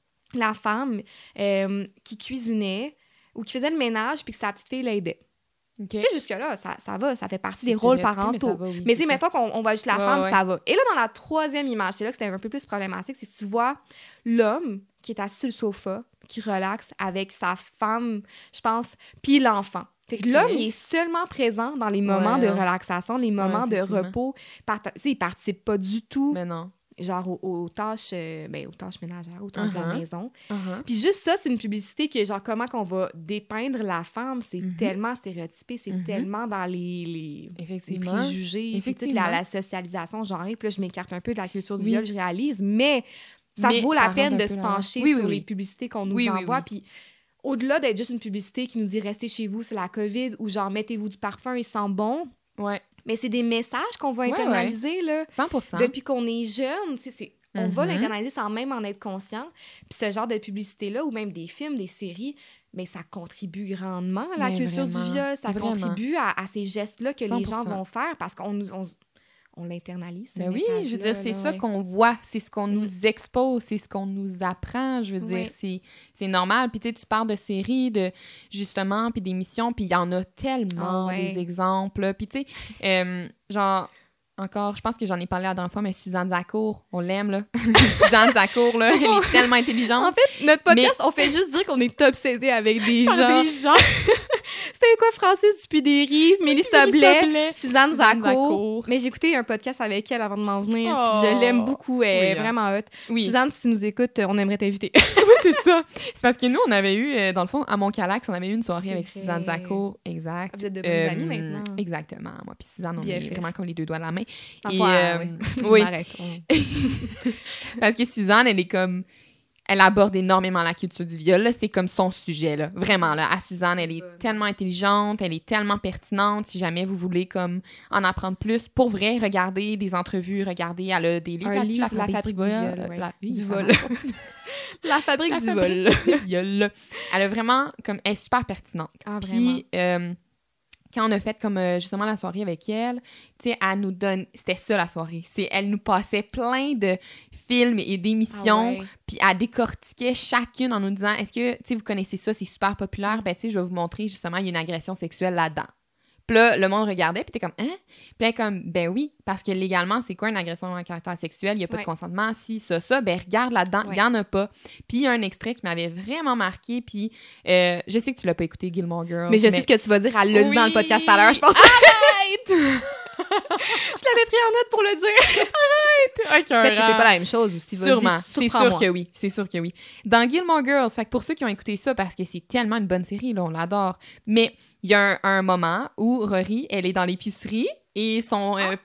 la femme euh, qui cuisinait ou qui faisait le ménage puis que sa petite fille l'aidait. OK. Tu sais, jusque-là, ça, ça va, ça fait partie C'est des rôles stéréotypé, mais parentaux. ça va, oui, Mais c'est tu sais, ça. mettons qu'on on voit juste la Ouais, femme, ouais. ça va. Et là, dans la troisième image, c'est là que c'était un peu plus problématique, c'est que tu vois l'homme qui est assis sur le sofa, qui relaxe avec sa femme, je pense, puis l'enfant. Fait que Ok. l'homme, il est seulement présent dans les moments Ouais. de relaxation, les moments de effectivement. repos. Parta- Tu sais, il participe pas du tout, Mais non. genre, aux, aux tâches, euh, ben, aux tâches ménagères, aux tâches de la Uh-huh. maison. Uh-huh. Puis juste ça, c'est une publicité que, genre, comment qu'on va dépeindre la femme, c'est Mhm. tellement stéréotypé, c'est Mhm. tellement dans les, les, les Effectivement. préjugés, puis toute Effectivement. la, la socialisation genrée. Puis là, je m'écarte un peu de la culture du Oui. viol, je réalise, mais ça Mais vaut ça la rentre peine un de peu se là. pencher Oui, oui, sur oui. les publicités qu'on nous Oui, oui, envoie. oui. Puis au-delà d'être juste une publicité qui nous dit « restez chez vous, c'est la COVID » ou genre « mettez-vous du parfum, il sent bon Ouais. ». Mais c'est des messages qu'on va Ouais, internaliser, là. cent pour cent. Depuis qu'on est jeune, tu sais, c'est- on va Mhm. l'internaliser sans même en être conscient. Puis ce genre de publicité-là, ou même des films, des séries, mais ça contribue grandement à la Mais culture vraiment, du viol. Ça vraiment. contribue à, à ces gestes-là que cent les pour gens cent. vont faire parce qu'on nous... On, s- on l'internalise, ce Ben oui, je veux message-là, dire, c'est là, ça ouais. qu'on voit, c'est ce qu'on Mm. nous expose, c'est ce qu'on nous apprend, je veux dire, Ouais. c'est, c'est normal. Puis tu sais, tu parles de séries, de justement, puis d'émissions, puis il y en a tellement Ah ouais. des exemples. là. Puis tu sais, euh, genre, encore, je pense que j'en ai parlé la dernière fois, mais Suzanne Zacour, on l'aime, là. Suzanne Zacour, là, elle est tellement intelligente. En fait, notre podcast, on fait juste dire qu'on est obsédé avec des Par gens. des gens. C'était quoi, Francis Dupidéry, Mélissa Mélissa Blais, Blais, Suzanne, Suzanne Zacour. Zacour. Mais j'ai écouté un podcast avec elle avant de m'en venir, puis Oh. je l'aime beaucoup, elle est Oui, hein. vraiment hot. Oui. Suzanne, si tu nous écoutes, on aimerait t'inviter. Oui, c'est ça. C'est parce que nous, on avait eu, euh, dans le fond, à Montcalax, on avait eu une soirée C'est avec vrai. Suzanne Zacour. Exact. Vous êtes de bonnes Euh, amies maintenant. Exactement. Moi puis Suzanne, on Bien est fait. vraiment comme les deux doigts de la main. Enfin, Et, euh, euh, oui. Je oui. m'arrête. On- Parce que Suzanne, elle est comme... Elle aborde énormément la culture du viol. là. C'est comme son sujet, là. Vraiment, là. À Suzanne, elle est Bonne. tellement intelligente, elle est tellement pertinente. Si jamais vous voulez comme en apprendre plus, pour vrai, regardez des entrevues, regardez, elle a des livres Un là-dessus, livre, La fabrique du vol, viol, euh, ouais. la- Du ça vol. marche. La fabrique La du fabrique vol. du viol. là. Elle a vraiment, comme, elle est super pertinente. Ah, vraiment. Puis, euh, quand on a fait comme euh, justement la soirée avec elle, tu sais, elle nous donne... C'était ça, la soirée. C'est, elle nous passait plein de films et d'émissions, Ah ouais. puis elle décortiquait chacune en nous disant, est-ce que, tu sais, vous connaissez ça, c'est super populaire, ben, tu sais, je vais vous montrer, justement, il y a une agression sexuelle là-dedans. Puis là, le monde regardait, puis t'es comme, hein? Puis là, comme, ben oui, parce que légalement, c'est quoi une agression à caractère sexuel? Il n'y a pas Ouais. de consentement. Si, ça, ça, ben regarde là-dedans, il Ouais. n'y en a pas. Puis il y a un extrait qui m'avait vraiment marqué, puis euh, je sais que tu l'as pas écouté, Gilmore Girls. Mais je sais ce que tu vas dire, elle l'a dit Oui. dans le podcast tout à l'heure, je pense. Je l'avais pris en note pour le dire. Arrête! Peut-être que c'est pas la même chose aussi. Sûrement. C'est sûr que oui. C'est sûr que oui. Dans Gilmore Girls, fait que pour ceux qui ont écouté ça, parce que c'est tellement une bonne série, là, on l'adore. Mais il y a un, un moment où Rory, elle est dans l'épicerie et son... Euh...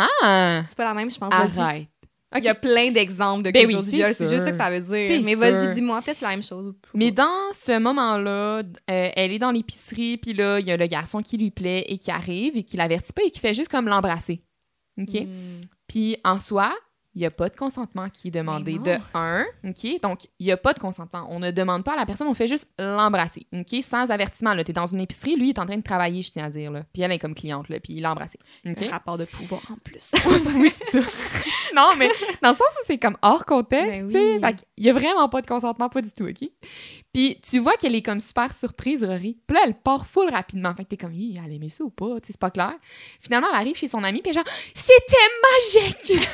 Ah! C'est pas la même, je pense. Arrête. Okay. Il y a plein d'exemples de ben culture oui, du viol. C'est, c'est juste ça que ça veut dire. Mais sûr. Vas-y, dis-moi. Peut-être c'est la même chose. Mais dans ce moment-là, euh, elle est dans l'épicerie, puis là, il y a le garçon qui lui plaît et qui arrive et qui l'avertit pas et qui fait juste comme l'embrasser. OK? Mm. Puis en soi, il n'y a pas de consentement qui est demandé de un. OK? Donc, il n'y a pas de consentement. On ne demande pas à la personne, on fait juste l'embrasser. OK? Sans avertissement. Tu es dans une épicerie, lui, il est en train de travailler, je tiens à dire. Là. Puis elle est comme cliente, là, puis il l'a embrassé. Okay? Un rapport de pouvoir en plus. Oui, c'est ça. Non, mais dans le sens où c'est comme hors contexte, tu sais. Fait qu'il n'y a vraiment pas de consentement, pas du tout, OK? Puis tu vois qu'elle est comme super surprise, Rory. Puis là, elle part full rapidement. Fait que t'es comme, hi, elle aimait ça ou pas? Tu sais, c'est pas clair. Finalement, elle arrive chez son amie, puis genre, c'était magique!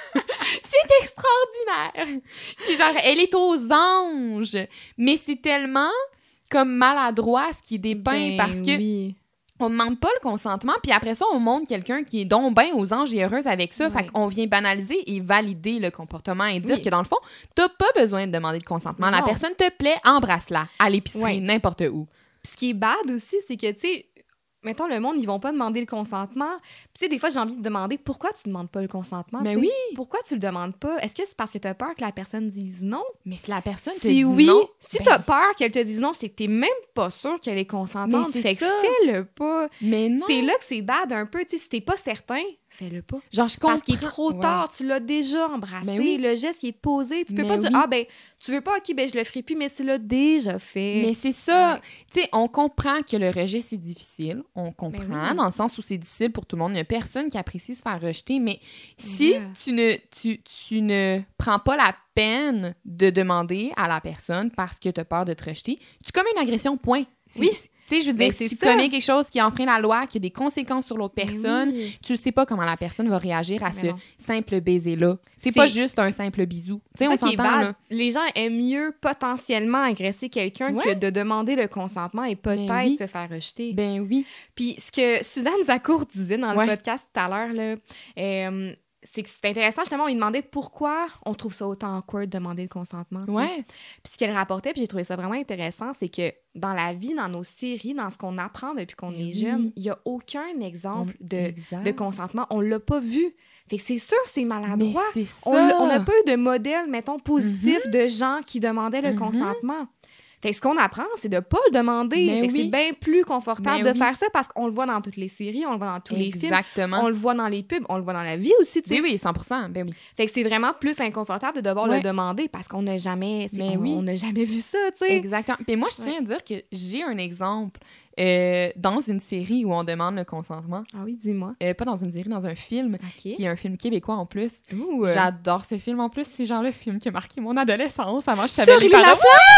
C'est extraordinaire! Puis genre, elle est aux anges. Mais c'est tellement comme maladroit ce qui est dépeint ben parce que oui. on ne demande pas le consentement, puis après ça, on montre quelqu'un qui est donc bien aux anges et heureuse avec ça. Ouais. Fait qu'on vient banaliser et valider le comportement et dire oui. que dans le fond, t'as pas besoin de demander le consentement. Non. La personne te plaît, embrasse-la à l'épicerie, ouais. n'importe où. Puis ce qui est bad aussi, c'est que, tu sais, mettons, le monde, ils vont pas demander le consentement. Puis, tu sais, des fois, j'ai envie de demander pourquoi tu demandes pas le consentement. Mais t'sais? oui! Pourquoi tu le demandes pas? Est-ce que c'est parce que t'as peur que la personne dise non? Mais si la personne te si dit oui, non... si ben t'as peur qu'elle te dise non, c'est que t'es même pas sûr qu'elle est consentante. Mais c'est fait ça. que fais-le pas. Mais non! C'est là que c'est bad un peu. Tu sais, si t'es pas certain, fais-le pas. Genre, je comprends. Parce qu'il est trop tard, ouais. tu l'as déjà embrassé, Mais oui. le geste il est posé. Tu peux Mais pas oui. dire, ah ben, tu veux pas, ok, ben je le ferai plus, mais tu l'as déjà fait. Mais c'est ça. Ouais. Tu sais, on comprend que le rejet, c'est difficile. On comprend, oui. dans le sens où c'est difficile pour tout le monde. Il n'y a personne qui apprécie se faire rejeter. Mais si yeah. tu, ne, tu, tu ne prends pas la peine de demander à la personne parce que tu as peur de te rejeter, tu commets une agression, point. C'est, oui. Tu sais, je veux dire, ben, si tu ça. commets quelque chose qui enfreint la loi, qui a des conséquences sur l'autre personne, oui. tu ne sais pas comment la personne va réagir à mais ce non. simple baiser-là. C'est, C'est pas juste un simple bisou. Tu sais, on ça qui est s'entend, bad. là. Les gens aiment mieux potentiellement agresser quelqu'un Ouais. que de demander le consentement et peut-être Ben oui. se faire rejeter. Ben oui. Puis ce que Suzanne Zacour disait dans Ouais. le podcast tout à l'heure, là, euh, c'est que c'est intéressant, justement, on lui demandait pourquoi on trouve ça autant awkward de demander le consentement. T'sais. Ouais. Puis ce qu'elle rapportait, puis j'ai trouvé ça vraiment intéressant, c'est que dans la vie, dans nos séries, dans ce qu'on apprend depuis qu'on Mais est oui. jeune, il n'y a aucun exemple On- de, Exact. de consentement. On l'a pas vu. Fait que c'est sûr c'est maladroit. Mais c'est On ça. on n'a pas eu de modèle, mettons, positif de gens qui demandaient le Mhm. consentement. Fait que ce qu'on apprend, c'est de pas le demander. Mais Fait que oui. c'est bien plus confortable Mais de oui. faire ça parce qu'on le voit dans toutes les séries, on le voit dans tous les films, Exactement. on le voit dans les pubs, on le voit dans la vie aussi, tu sais. Oui, oui, cent pour cent. Ben oui. Fait que c'est vraiment plus inconfortable de devoir Ouais. le demander parce qu'on n'a jamais, c'est- Mais on, oui. on n'a jamais vu ça, tu sais. Exactement. Puis moi, je tiens à dire que j'ai un exemple euh, dans une série où on demande le consentement. Ah oui, dis-moi. Euh, pas dans une série, dans un film, OK. qui est un film québécois en plus. Ouh, euh, J'adore ce film en plus. C'est genre le film qui a marqué mon adolescence. Avant, je savais Sur les Lily paroles.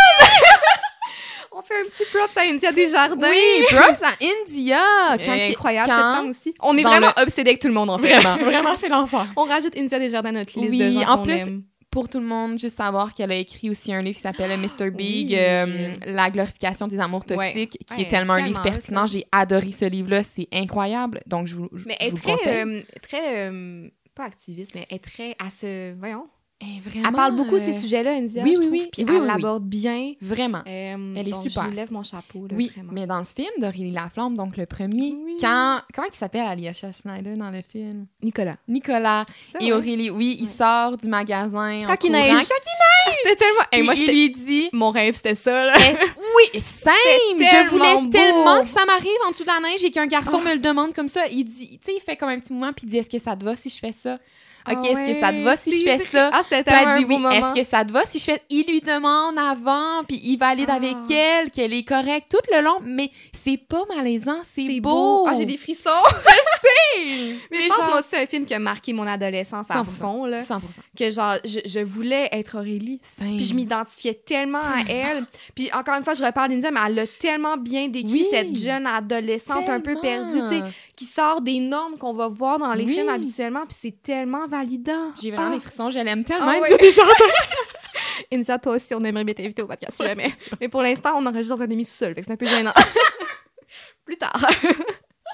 On fait un petit props à India Desjardins. Oui, props à India. Quand Euh, incroyable, quand- cette femme aussi. On est dans vraiment obsédés avec tout le monde, en fait. Vraiment, vraiment, c'est l'enfer. On rajoute India Desjardins à notre liste Oui, de gens en qu'on plus, aime. Pour tout le monde, juste savoir qu'elle a écrit aussi un livre qui s'appelle mister Big, oui. euh, La glorification des amours Ouais. toxiques, qui Ouais, est tellement un livre tellement, pertinent. ça. J'ai adoré ce livre-là. C'est incroyable. Donc, je vous, je, Mais je elle vous est le conseille. très, euh, très euh, pas activiste, mais elle est très à ce... Voyons. Eh, vraiment, Elle parle beaucoup de ces euh, sujets-là, India, oui, je oui, trouve, oui. puis Oui, elle oui, oui. l'aborde bien. Vraiment. Euh, Elle est donc, super. Je lui lève mon chapeau, là, Oui, vraiment. mais dans le film d'Aurélie Laflamme, donc le premier, Oui. quand... Comment il s'appelle Alyosha Schneider dans le film? Nicolas. Nicolas. Ça, Et ouais. Aurélie, oui, il Ouais. sort du magasin Quand en il courant. neige. Quand il neige! C'était tellement... Puis Hey, moi, il j'étais- lui dit... Mon rêve, c'était ça, là. Est- oui, simple! Je tellement voulais beau. tellement que ça m'arrive en dessous de la neige et qu'un garçon Oh. me le demande comme ça. Il dit, tu sais, il fait comme un petit mouvement puis il dit, est-ce que ça te va si je fais ça? OK, Ah est-ce que ça te va ouais, si je c'est fais vrai. ça? Ah, c'était Puis elle tellement dit un beau oui. moment. Est-ce que ça te va si je fais... Il lui demande avant, puis il valide Ah. avec elle, qu'elle est correcte tout le long. Mais c'est pas malaisant, c'est, C'est beau. beau. Ah, j'ai des frissons. Mais Mais je pense que moi aussi, c'est un film qui a marqué mon adolescence à cent pour cent. fond, là. cent pour cent. Que genre, je, je voulais être Aurélie. Simple. Puis je m'identifiais tellement à elle. Puis encore une fois, je reparle d'India, mais elle a tellement bien décrit Oui. cette jeune adolescente un peu Tellement. perdue, tu sais, qui sort des normes qu'on va voir dans les Oui. films habituellement. Puis c'est tellement validant. J'ai vraiment Ah. des frissons, je l'aime tellement. Ah India ouais. Desjardins. India, toi aussi, on aimerait bien t'inviter au podcast, si jamais. Mais pour l'instant, on enregistre dans un demi sous-sol, fait que c'est un peu gênant. Plus tard.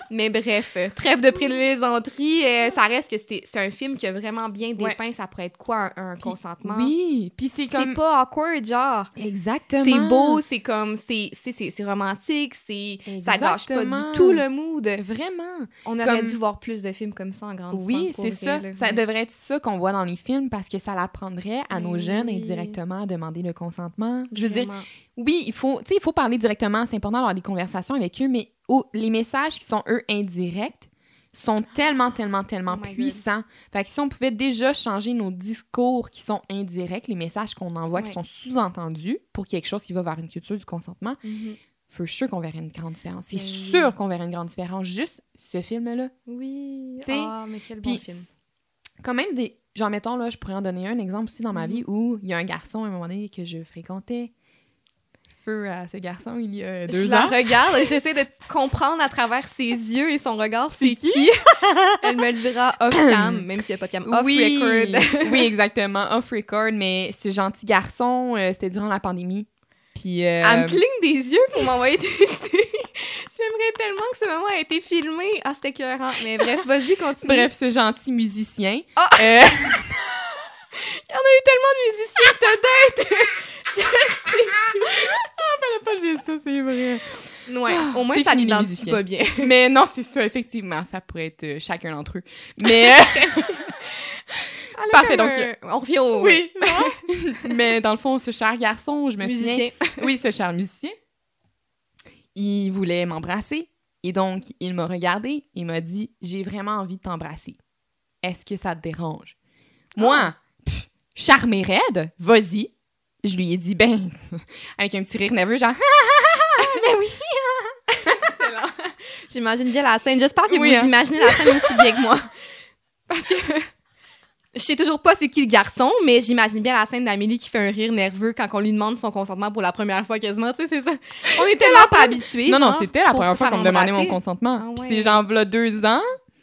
Mais bref, euh, trêve de plaisanterie, euh, ça reste que c'est, c'est un film qui a vraiment bien dépeint, ouais. Ça pourrait être quoi, un, un consentement? Oui, puis c'est comme... C'est pas awkward, genre. Exactement. C'est beau, c'est comme, c'est, c'est, c'est, c'est romantique, c'est, ça gâche pas du tout le mood. Vraiment. On aurait comme... dû voir plus de films comme ça en grandissant. Oui, c'est vrai, ça. Là. Ça devrait être ça qu'on voit dans les films parce que ça l'apprendrait à nos oui. jeunes indirectement à demander le consentement. Je veux Vraiment. dire, oui, il faut, il faut parler directement, c'est important d'avoir des conversations avec eux, mais oh, les messages qui sont, eux, indirects sont tellement, tellement, tellement oh puissants. Fait que si on pouvait déjà changer nos discours qui sont indirects, les messages qu'on envoie ouais. qui sont sous-entendus pour quelque chose qui va vers une culture du consentement, mm-hmm. for sure qu'on verrait une grande différence. C'est oui. sûr qu'on verrait une grande différence. Juste ce film-là. Oui. Ah, oh, mais quel bon Puis, film. Quand même, des... genre, mettons, là, je pourrais en donner un exemple aussi dans ma mm-hmm. vie où il y a un garçon, à un moment donné, que je fréquentais. Feu à ce garçon, il y a deux je ans. Je la regarde et j'essaie de comprendre à travers ses yeux et son regard, c'est, c'est qui? qui? Elle me le dira off-cam, même s'il n'y a pas de cam. Off-record. Oui, oui, exactement, off-record, mais ce gentil garçon, euh, c'était durant la pandémie. Puis, euh... Elle me cligne des yeux pour m'envoyer des... J'aimerais tellement que ce moment ait été filmé. Ah, c'était écœurant. Mais bref, vas-y, continue. Bref, ce gentil musicien. Oh! Euh... Il y en a eu tellement de musiciens que t'as d'être. Je sais plus. Ah, fallait pas dire ça, c'est vrai. Ouais, ah, au moins ça l'identifie pas bien. Mais non, c'est ça, effectivement. Ça pourrait être euh, chacun d'entre eux. Mais... Parfait, donc... Un... On revient au... Oui. Mais dans le fond, ce cher garçon, je me musicien. souviens... Oui, ce cher musicien. Il voulait m'embrasser. Et donc, il m'a regardé. Il m'a dit, j'ai vraiment envie de t'embrasser. Est-ce que ça te dérange? Oh. Moi, pff, charmé raide, vas-y. Je lui ai dit, ben, avec un petit rire nerveux, genre, ben oui. Excellent. J'imagine bien la scène. J'espère que oui, vous hein. imaginez la scène aussi bien que moi. Parce que je sais toujours pas c'est qui le garçon, mais j'imagine bien la scène d'Amélie qui fait un rire nerveux quand on lui demande son consentement pour la première fois quasiment. Tu sais, c'est ça. On est tellement pas habitués. Non, genre, non, c'était la première fois qu'on me demandait mon consentement. Ah, ouais. Puis c'est genre, là, deux ans.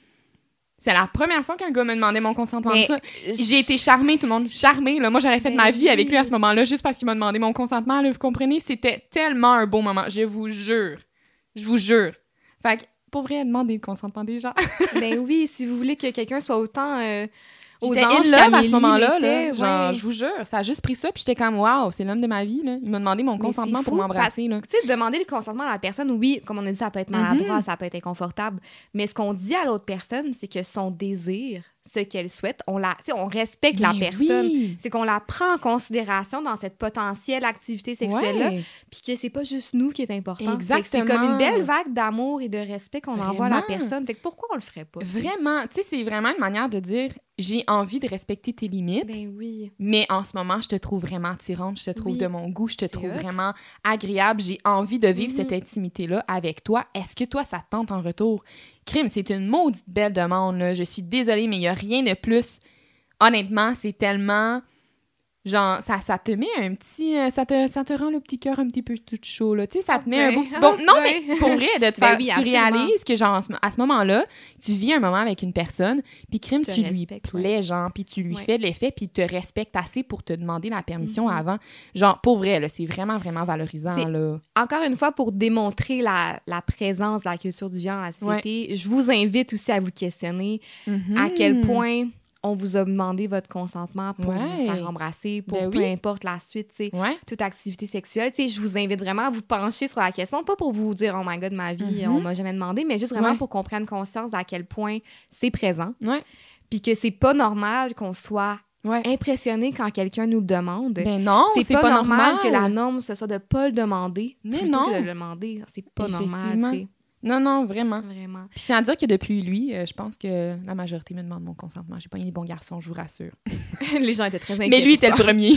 C'est la première fois qu'un gars me demandait mon consentement. Mais ça. J'ai été charmée, tout le monde. Charmée, là. Moi, j'aurais fait mais ma vie oui. avec lui à ce moment-là, juste parce qu'il m'a demandé mon consentement. Là, vous comprenez? C'était tellement un beau moment. Je vous jure. Je vous jure. Fait que, pour vrai, demandez le consentement des gens. Ben oui, si vous voulez que quelqu'un soit autant... Euh... Aux j'étais in love à ce moment-là, là, ouais. Genre, je vous jure, ça a juste pris ça, puis j'étais comme, waouh, c'est l'homme de ma vie, là. Il m'a demandé mon consentement fou, pour m'embrasser, là. Tu sais, demander le consentement à la personne, oui, comme on a dit, ça peut être maladroit, mm-hmm. ça peut être inconfortable, mais ce qu'on dit à l'autre personne, c'est que son désir, ce qu'elle souhaite, on la, tu sais, on respecte mais la personne. Oui. C'est qu'on la prend en considération dans cette potentielle activité sexuelle-là, ouais. puis que c'est pas juste nous qui est important. Exactement. C'est comme une belle vague d'amour et de respect qu'on vraiment. envoie à la personne. Fait que pourquoi on le ferait pas? Vraiment. Tu sais, c'est vraiment une manière de dire, j'ai envie de respecter tes limites. Ben oui. Mais en ce moment, je te trouve vraiment attirante, je te trouve oui. de mon goût, je te c'est trouve hot. vraiment agréable. J'ai envie de vivre mm-hmm. cette intimité-là avec toi. Est-ce que toi, ça te tente en retour? Crime, c'est une maudite belle demande, là. Je suis désolée, mais il n'y a rien de plus. Honnêtement, c'est tellement... Genre, ça, ça te met un petit... Euh, ça, te, ça te rend le petit cœur un petit peu tout chaud, là. Tu sais, ça te met okay. un beau petit bon... Non, okay. mais pour vrai, de te faire... Ben oui, tu réalises que, genre, à ce moment-là, tu vis un moment avec une personne, puis crime, tu lui plais, ouais. genre, puis tu lui ouais. fais l'effet, puis il te respecte assez pour te demander la permission mm-hmm. avant. Genre, pour vrai, là, c'est vraiment, vraiment valorisant, c'est, là. Encore une fois, pour démontrer la, la présence de la culture du viol dans la société, ouais. je vous invite aussi à vous questionner mm-hmm. à quel point... on vous a demandé votre consentement pour ouais. vous faire embrasser, pour ben peu oui. importe la suite, tu sais, ouais. toute activité sexuelle. Tu sais, je vous invite vraiment à vous pencher sur la question, pas pour vous dire « Oh my God, ma vie, mm-hmm. on m'a jamais demandé », mais juste vraiment ouais. pour qu'on prenne conscience d'à quel point c'est présent. Ouais. Puis que c'est pas normal qu'on soit ouais. impressionné quand quelqu'un nous le demande. Ben non, c'est, c'est pas, pas normal, normal que la norme, ce soit de pas le demander mais plutôt non. que de le demander. C'est pas normal, tu sais. Non, non, vraiment. Vraiment. Puis c'est à dire que depuis lui, euh, je pense que la majorité me demande mon consentement. J'ai pas eu des bons garçons, je vous rassure. Les gens étaient très inquiets. Mais lui était le premier.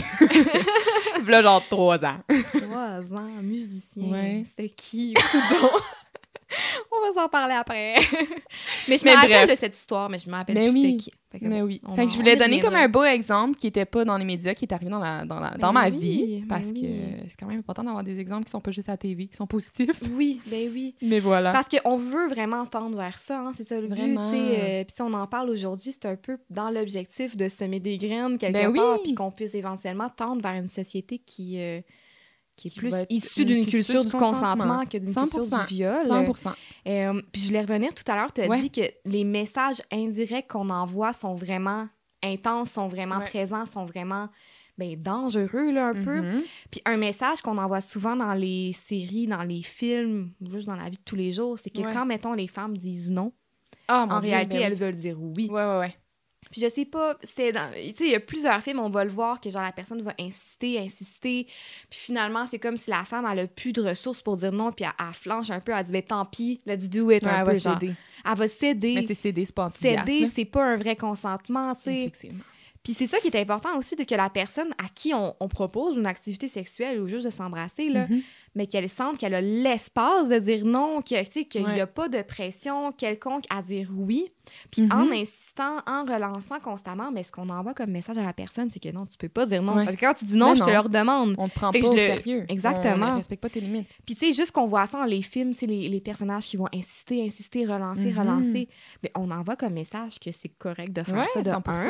Là, genre trois ans. Trois ans, musicien. Ouais. C'était qui? On va s'en parler après. mais je mais me rappelle bref. de cette histoire, mais je me rappelle mais plus oui. c'était qui. Fait que, mais oui. Fait que je voulais donner comme un beau exemple qui était pas dans les médias, qui est arrivé dans, la, dans, la, dans ma oui, vie. Parce oui. que c'est quand même important d'avoir des exemples qui sont pas juste à la T V, qui sont positifs. Oui, ben oui. Mais voilà. Parce qu'on veut vraiment tendre vers ça, hein, c'est ça le vraiment. but. Euh, puis si on en parle aujourd'hui, c'est un peu dans l'objectif de semer des graines quelque ben part, oui. puis qu'on puisse éventuellement tendre vers une société qui... Euh, qui est Qui plus va être issue une d'une culture culture du du consentement, consentement que d'une cent culture pour cent. du viol. cent pour cent. Euh, puis je voulais revenir tout à l'heure, tu as Ouais. dit que les messages indirects qu'on envoie sont vraiment intenses, sont vraiment Ouais. présents, sont vraiment ben, dangereux là, un peu. Mhm. Puis un message qu'on envoie souvent dans les séries, dans les films, juste dans la vie de tous les jours, c'est que Ouais. quand, mettons, les femmes disent non, Ah, mon en Dieu, réalité, ben elles oui. veulent dire oui. Ouais, ouais, ouais. Puis je sais pas, c'est dans... Tu sais, il y a plusieurs films, on va le voir, que genre la personne va insister, insister, puis finalement, c'est comme si la femme, elle a plus de ressources pour dire non, puis elle, elle flanche un peu, elle dit, ben tant pis, let's do it, Ouais, un elle peu, va genre. céder. Elle va céder. Mais tu sais, céder, c'est pas enthousiaste. Céder, là. c'est pas un vrai consentement, tu sais. Effectivement. Puis c'est ça qui est important aussi, de que la personne à qui on, on propose une activité sexuelle ou juste de s'embrasser, là, Mhm. mais qu'elle sente qu'elle a l'espace de dire non, que, tu sais, qu'il n'y Ouais. a pas de pression quelconque à dire oui. Puis Mhm. en insistant, en relançant constamment, mais ce qu'on envoie comme message à la personne, c'est que non, tu peux pas dire non. Ouais. Parce que quand tu dis non, Mais je te non. le redemande. On te prend Fait pas que au je le- sérieux. Exactement. On ne respecte pas tes limites. Puis tu sais, juste qu'on voit ça dans les films, tu sais, les, les personnages qui vont insister, insister, relancer, Mhm. relancer, mais on envoie comme message que c'est correct de faire Ouais, ça de cent pour cent. un.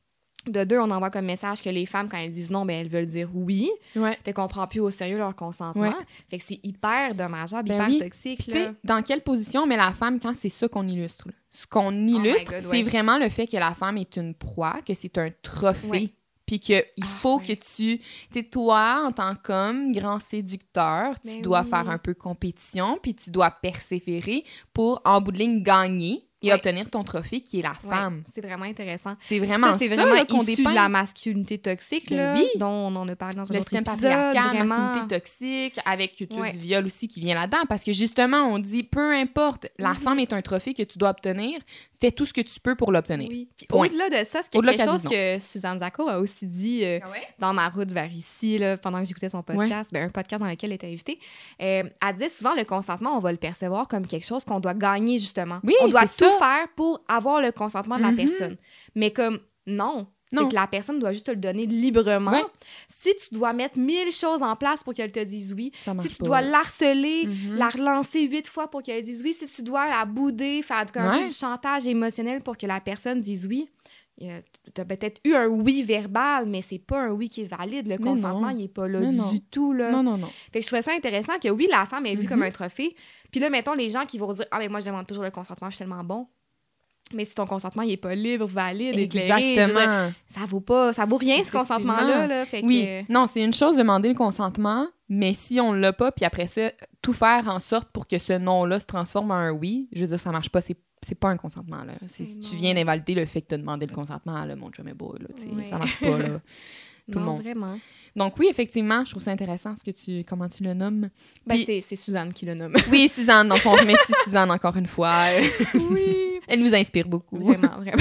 De deux, on envoie comme message que les femmes, quand elles disent non, ben elles veulent dire oui. Ouais. Fait qu'on prend plus au sérieux leur consentement. Ouais. Fait que c'est hyper dommageable, Ben hyper oui. toxique. Puis, tu sais, Là. dans quelle position on met la femme quand c'est ça qu'on illustre? Là? Ce qu'on illustre, God, c'est ouais. vraiment le fait que la femme est une proie, que c'est un trophée. Ouais. Puis qu'il Ah, faut ouais. que tu... Tu sais, toi, en tant qu'homme, grand séducteur, tu Ben dois oui. faire un peu compétition, puis tu dois persévérer pour, en bout de ligne, gagner et Ouais. obtenir ton trophée, qui est la Ouais, femme. c'est vraiment intéressant. C'est vraiment ça, c'est ça, vraiment là, qu'on issu dépeint. de la masculinité toxique, Ben là, oui. dont on en a parlé dans un Le autre système épisode. patriarcal, Vraiment. masculinité toxique, avec culture Ouais. du viol aussi qui vient là-dedans. Parce que justement, on dit, peu importe, la Mhm. femme est un trophée que tu dois obtenir, fais tout ce que tu peux pour l'obtenir. Oui. Puis Point. au-delà de ça, c'est Au-delà quelque qu'elle chose dise non. que Suzanne Zacco a aussi dit euh, dans ma route vers ici, là, pendant que j'écoutais son podcast, ben, un podcast dans lequel elle était invitée. Euh, elle disait souvent, le consentement, on va le percevoir comme quelque chose qu'on doit gagner, justement. Oui, on doit c'est tout ça. faire pour avoir le consentement de la Mhm. personne. Mais comme, non. C'est Non. que la personne doit juste te le donner librement. Ouais. Si tu dois mettre mille choses en place pour qu'elle te dise oui, Ça si marche tu pas. dois l'harceler, Mhm. la relancer huit fois pour qu'elle dise oui, si tu dois la bouder, faire un peu Ouais. du chantage émotionnel pour que la personne dise oui, tu as peut-être eu un oui verbal, mais c'est pas un oui qui est valide. Le Mais consentement, non. il est pas là Mais du non. tout. Là. Non, non, non. Fait que je trouvais ça intéressant que oui, la femme est vue Mhm. comme un trophée. Puis là, mettons, les gens qui vont dire « Ah, mais moi, je demande toujours le consentement, je suis tellement bon. » Mais si ton consentement, il est pas libre, valide, éclairé, je veux dire, Exactement. ça vaut pas, ça vaut rien, ce Effectivement. consentement-là. Là. Fait Oui, que... non, c'est une chose de demander le consentement, mais si on l'a pas, puis après ça, tout faire en sorte pour que ce non-là se transforme en un oui, je veux dire, ça marche pas, c'est, c'est pas un consentement, là. C'est, Mais tu non. viens d'invalider le fait que tu as demandé le consentement, là, mon chum est beau, là, tu sais, Ouais. ça marche pas, là. Tout non, le monde. vraiment. Donc oui, effectivement, je trouve ça intéressant ce que tu, comment tu le nommes. Ben, Puis- c'est, c'est Suzanne qui le nomme. Oui, Suzanne, donc on remercie Suzanne encore une fois. Oui. Elle nous inspire beaucoup. Vraiment, vraiment.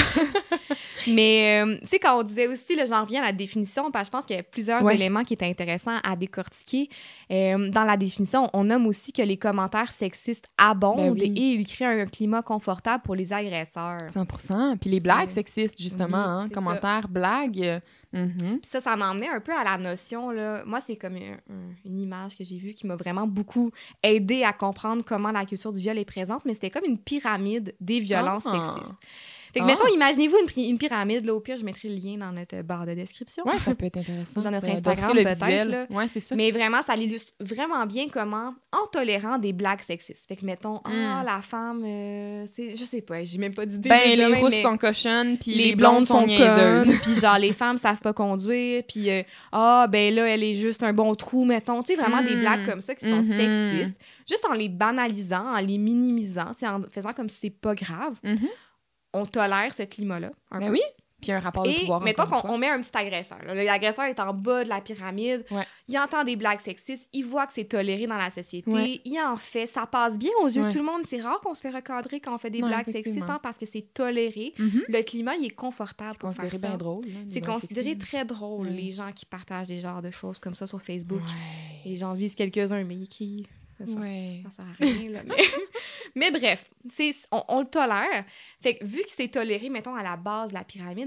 Mais, euh, tu sais, quand on disait aussi, là, j'en reviens à la définition, parce que je pense qu'il y a plusieurs Ouais. éléments qui étaient intéressants à décortiquer. Euh, dans la définition, on nomme aussi que les commentaires sexistes abondent Ben oui. et ils créent un climat confortable pour les agresseurs. cent pour cent. Puis les blagues C'est- sexistes, justement, Oui, hein, c'est commentaires, blagues. euh, mhm. Puis ça, ça m'emmenait un peu à la notion, là. Moi, c'est comme un- un- une image que j'ai vue qui m'a vraiment beaucoup aidé à comprendre comment la culture du viol est présente, mais c'était comme une pyramide des violences Ah. sexistes. Fait que, Ah. mettons, imaginez-vous une, pri- une pyramide, là, au pire, je mettrai le lien dans notre barre de description. Ouais, ça peut être intéressant. Ou dans notre de- Instagram, d'offrir le peut-être, visuel. là. Ouais, c'est ça. Mais vraiment, ça l'illustre vraiment bien comment, en tolérant des blagues sexistes. Fait que, mettons, ah, la femme, euh, c'est, je sais pas, j'ai même pas d'idée. Ben, de les même, rousses mais sont cochonnes, puis les, blondes sont niaiseuses. connes, puis genre, les femmes savent pas conduire, puis euh, ah, ben là, elle est juste un bon trou, mettons. Tu sais, vraiment des Mm. blagues comme ça qui sont Mhm. sexistes, juste en les banalisant, en les minimisant, tu sais, en faisant comme si c'est pas grave. Mhm. On tolère ce climat-là. un Ben peu. oui. Puis un rapport de Et pouvoir. mettons encore qu'on une on met un petit agresseur. là. L'agresseur est en bas de la pyramide. Ouais. Il entend des blagues sexistes. Il voit que c'est toléré dans la société. Ouais. Il en fait. Ça passe bien aux yeux Ouais. de tout le monde. C'est rare qu'on se fait recadrer quand on fait des Ouais, blagues effectivement. sexistes hein, parce que c'est toléré. fois. Mhm. Le climat, il est confortable C'est pour faire considéré ça. bien drôle. là, les C'est blagues considéré sexistes. très drôle, Ouais. les gens qui partagent des genres de choses comme ça sur Facebook. Ouais. Et j'en vise quelques-uns, mais qui... Ça, ça, Ouais. ça sert à rien, là. Mais, mais bref, c'est, on, on le tolère. Fait que vu que c'est toléré, mettons, à la base de la pyramide,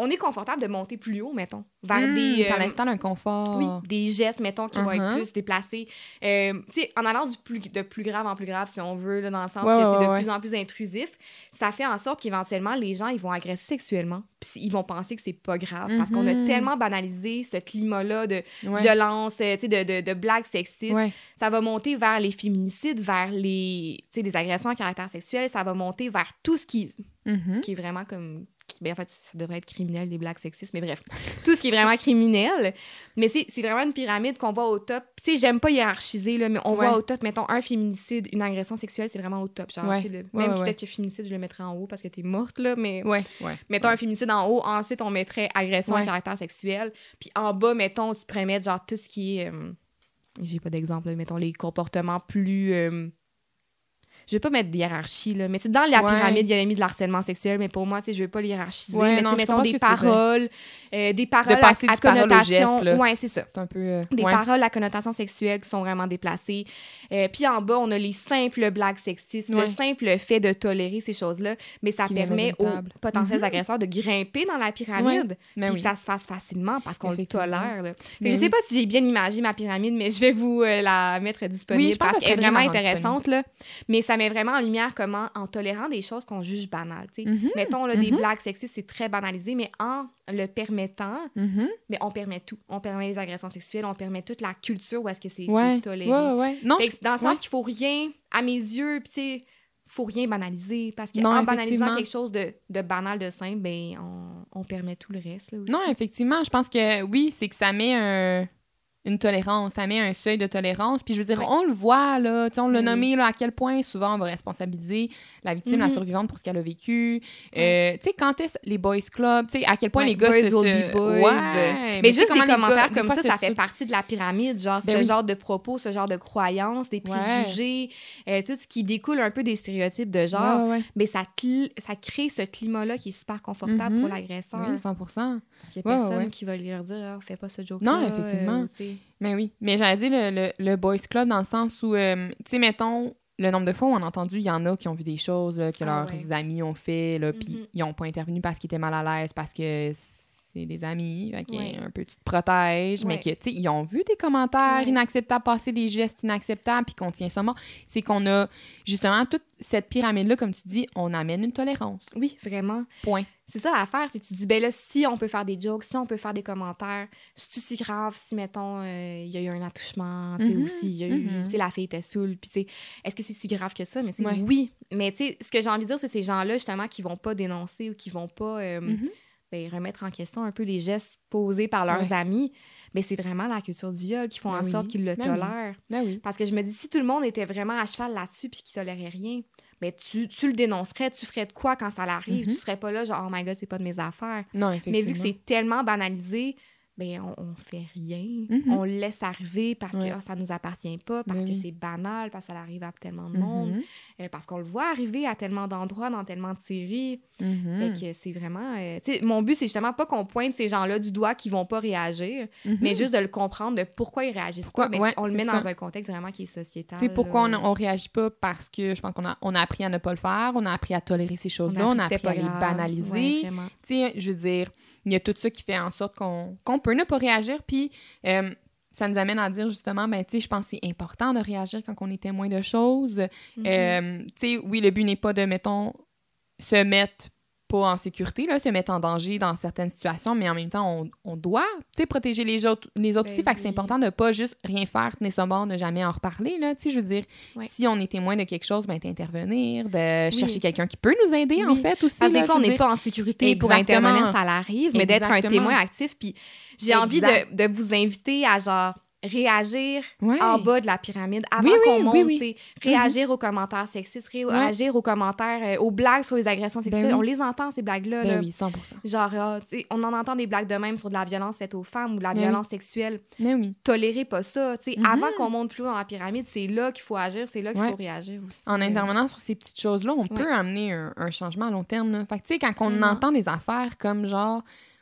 on est confortable de monter plus haut, mettons, vers mmh, des... Ça euh, installe un confort. Oui, des gestes, mettons, qui uh-huh. vont être plus déplacés. Euh, tu sais, en allant du plus, de plus grave en plus grave, si on veut, là, dans le sens ouais, que ouais, c'est de ouais. plus en plus intrusif, ça fait en sorte qu'éventuellement, les gens, ils vont agresser sexuellement. Puis ils vont penser que c'est pas grave, mm-hmm. parce qu'on a tellement banalisé ce climat-là de ouais. violence, tu sais, de, de, de blagues sexistes. Ouais. Ça va monter vers les féminicides, vers les, tu sais, les agressions à caractère sexuel. Ça va monter vers tout ce qui, mm-hmm. ce qui est vraiment comme... Ben, en fait, ça devrait être criminel, des blagues sexistes, mais bref, tout ce qui est vraiment criminel. Mais c'est, c'est vraiment une pyramide qu'on voit au top. Tu sais, j'aime pas hiérarchiser, là, mais on ouais. voit au top, mettons, un féminicide, une agression sexuelle, c'est vraiment au top. Genre, ouais. le, même ouais, peut-être ouais. que féminicide, je le mettrais en haut parce que t'es morte, là, mais ouais. Ouais. mettons ouais. un féminicide en haut, ensuite, on mettrait agression ouais. à caractère sexuel. Puis en bas, mettons, tu pourrais mettre, genre, tout ce qui est... Euh, j'ai pas d'exemple, là, mettons, les comportements plus... Euh, je vais pas mettre de hiérarchie, là, mais c'est dans la ouais. pyramide, il y a mis de l'harcèlement sexuel, mais pour moi, tu sais, je veux pas le hiérarchiser, ouais, mais non, mettons des paroles, euh, des paroles de passer à, à connotation... Geste, ouais, c'est ça. C'est un peu... Euh, des ouais. paroles à connotation sexuelle qui sont vraiment déplacées. Euh, puis en bas, on a les simples blagues sexistes, ouais. le simple fait de tolérer ces choses-là, mais ça qui permet aux potentiels mm-hmm. agresseurs de grimper dans la pyramide, ouais. puis oui. ça se fasse facilement parce qu'on le tolère. Là. Je oui. sais pas si j'ai bien imagé ma pyramide, mais je vais vous euh, la mettre disponible oui, parce qu'elle est vraiment intéressante, là. Mais ça met vraiment en lumière comment, en tolérant des choses qu'on juge banales, tu sais. Mm-hmm. Mettons, là, mm-hmm. des blagues sexistes, c'est très banalisé, mais en le permettant, mm-hmm. mais on permet tout. On permet les agressions sexuelles, on permet toute la culture où est-ce que c'est, ouais. c'est toléré. Ouais, ouais. Non, je... Dans le sens ouais. qu'il faut rien, à mes yeux, puis tu sais, faut rien banaliser, parce qu'en banalisant quelque chose de, de banal, de simple, ben on, on permet tout le reste, là, aussi. Non, effectivement, je pense que oui, c'est que ça met un... une tolérance, ça met un seuil de tolérance. Puis je veux dire, ouais. on le voit, là, on l'a oui. nommé, là, à quel point souvent on va responsabiliser la victime, mm-hmm. la survivante pour ce qu'elle a vécu. Ouais. Euh, tu sais, quand est-ce les boys club, tu sais, à quel point ouais, les gars... Boys se, will se... be boys. Ouais, mais, mais juste des commentaires gars, comme ça, ça fait ça. partie de la pyramide, genre ben ce oui. genre de propos, ce genre de croyances, des préjugés, ouais. euh, tout ce qui découle un peu des stéréotypes de genre. Ouais, ouais. Mais ça, cl- ça crée ce climat-là qui est super confortable mm-hmm. pour l'agresseur. Oui, cent pour cent. Parce qu'il y a personne ouais, ouais. qui va leur dire oh, « fais pas ce joke-là ». Non, effectivement. Euh, mais oui. Mais j'allais dire le, le, le boys club dans le sens où, euh, tu sais, mettons, le nombre de fois où on a entendu, il y en a qui ont vu des choses là, que ah, leurs ouais. amis ont fait, là, puis mm-hmm. ils n'ont pas intervenu parce qu'ils étaient mal à l'aise, parce que c'est des amis, fait ouais. un peu tu te protèges, ouais. mais que, tu sais, ils ont vu des commentaires ouais. inacceptables, passer des gestes inacceptables, puis qu'on tient ça mort. C'est qu'on a, justement, toute cette pyramide-là, comme tu dis, on amène une tolérance. Oui, vraiment. Point. C'est ça l'affaire, c'est que tu dis, ben là, si on peut faire des jokes, si on peut faire des commentaires, c'est-tu si grave si, mettons, il euh, y a eu un attouchement, tu sais, mm-hmm. ou s'il y a eu, mm-hmm. tu sais, la fille était saoule, puis tu sais, est-ce que c'est si grave que ça? Mais tu sais, ouais. oui. Mais tu sais, ce que j'ai envie de dire, c'est ces gens-là, justement, qui vont pas dénoncer ou qui vont pas euh, mm-hmm. ben, remettre en question un peu les gestes posés par leurs ouais. amis. Mais c'est vraiment la culture du viol qui font ben en oui. sorte qu'ils le ben tolèrent. Oui. Ben oui. Parce que je me dis, si tout le monde était vraiment à cheval là-dessus puis qu'ils toléraient rien, ben tu, tu le dénoncerais, tu ferais de quoi quand ça l'arrive? Mm-hmm. Tu serais pas là genre « Oh my God, c'est pas de mes affaires ». Non, effectivement. Mais vu que c'est tellement banalisé, ben on, on fait rien. Mm-hmm. On le laisse arriver parce ouais. que oh, ça nous appartient pas, parce ben que oui. c'est banal, parce que ça arrive à tellement de monde, mm-hmm. euh, parce qu'on le voit arriver à tellement d'endroits, dans tellement de séries. Mm-hmm. Fait que c'est vraiment... Euh, tu sais, mon but, c'est justement pas qu'on pointe ces gens-là du doigt qui vont pas réagir, mm-hmm. mais juste de le comprendre de pourquoi ils réagissent pourquoi? pas. Mais ouais, on le met ça. Dans un contexte vraiment qui est sociétal. Tu sais, pourquoi on, on réagit pas? Parce que je pense qu'on a, on a appris à ne pas le faire, on a appris à tolérer ces choses-là, on a appris, on a appris à grave. les banaliser. Ouais, tu sais, je veux dire... Il y a tout ça qui fait en sorte qu'on, qu'on peut ne pas réagir. Puis, euh, ça nous amène à dire justement, ben, tu sais, je pense que c'est important de réagir quand on est témoin de choses. Mm-hmm. Euh, tu sais, oui, le but n'est pas de, mettons, se mettre pas en sécurité, là, se mettre en danger dans certaines situations, mais en même temps, on, on doit, tu sais, protéger les autres, les autres ben aussi. Oui. Fait que c'est important de pas juste rien faire, tenir son bord, ne jamais en reparler, là. Tu sais, je veux dire, ouais. si on est témoin de quelque chose, ben, d'intervenir, de oui. chercher quelqu'un qui peut nous aider, oui. en fait, aussi. Parce que des fois, on n'est dire... pas en sécurité Exactement. pour intervenir, ça l'arrive, mais Exactement. d'être un témoin actif. Puis j'ai exact. envie de, de vous inviter à, genre, réagir ouais. en bas de la pyramide avant oui, qu'on oui, monte, oui, oui. réagir mm-hmm. aux commentaires sexistes, réagir ouais. aux commentaires, euh, aux blagues sur les agressions sexuelles. Ben oui. On les entend, ces blagues-là. Ben là. oui, cent pour cent. Genre, ah, on en entend des blagues de même sur de la violence faite aux femmes ou de la ben violence oui. sexuelle. Ben oui. Tolérez pas ça. Mm-hmm. Avant qu'on monte plus haut dans la pyramide, c'est là qu'il faut agir, c'est là qu'il ouais. faut réagir aussi. En intervenant sur ces petites choses-là, on ouais. peut amener un, un changement à long terme. Là. Fait que, tu sais, quand on mm-hmm. entend des affaires comme genre...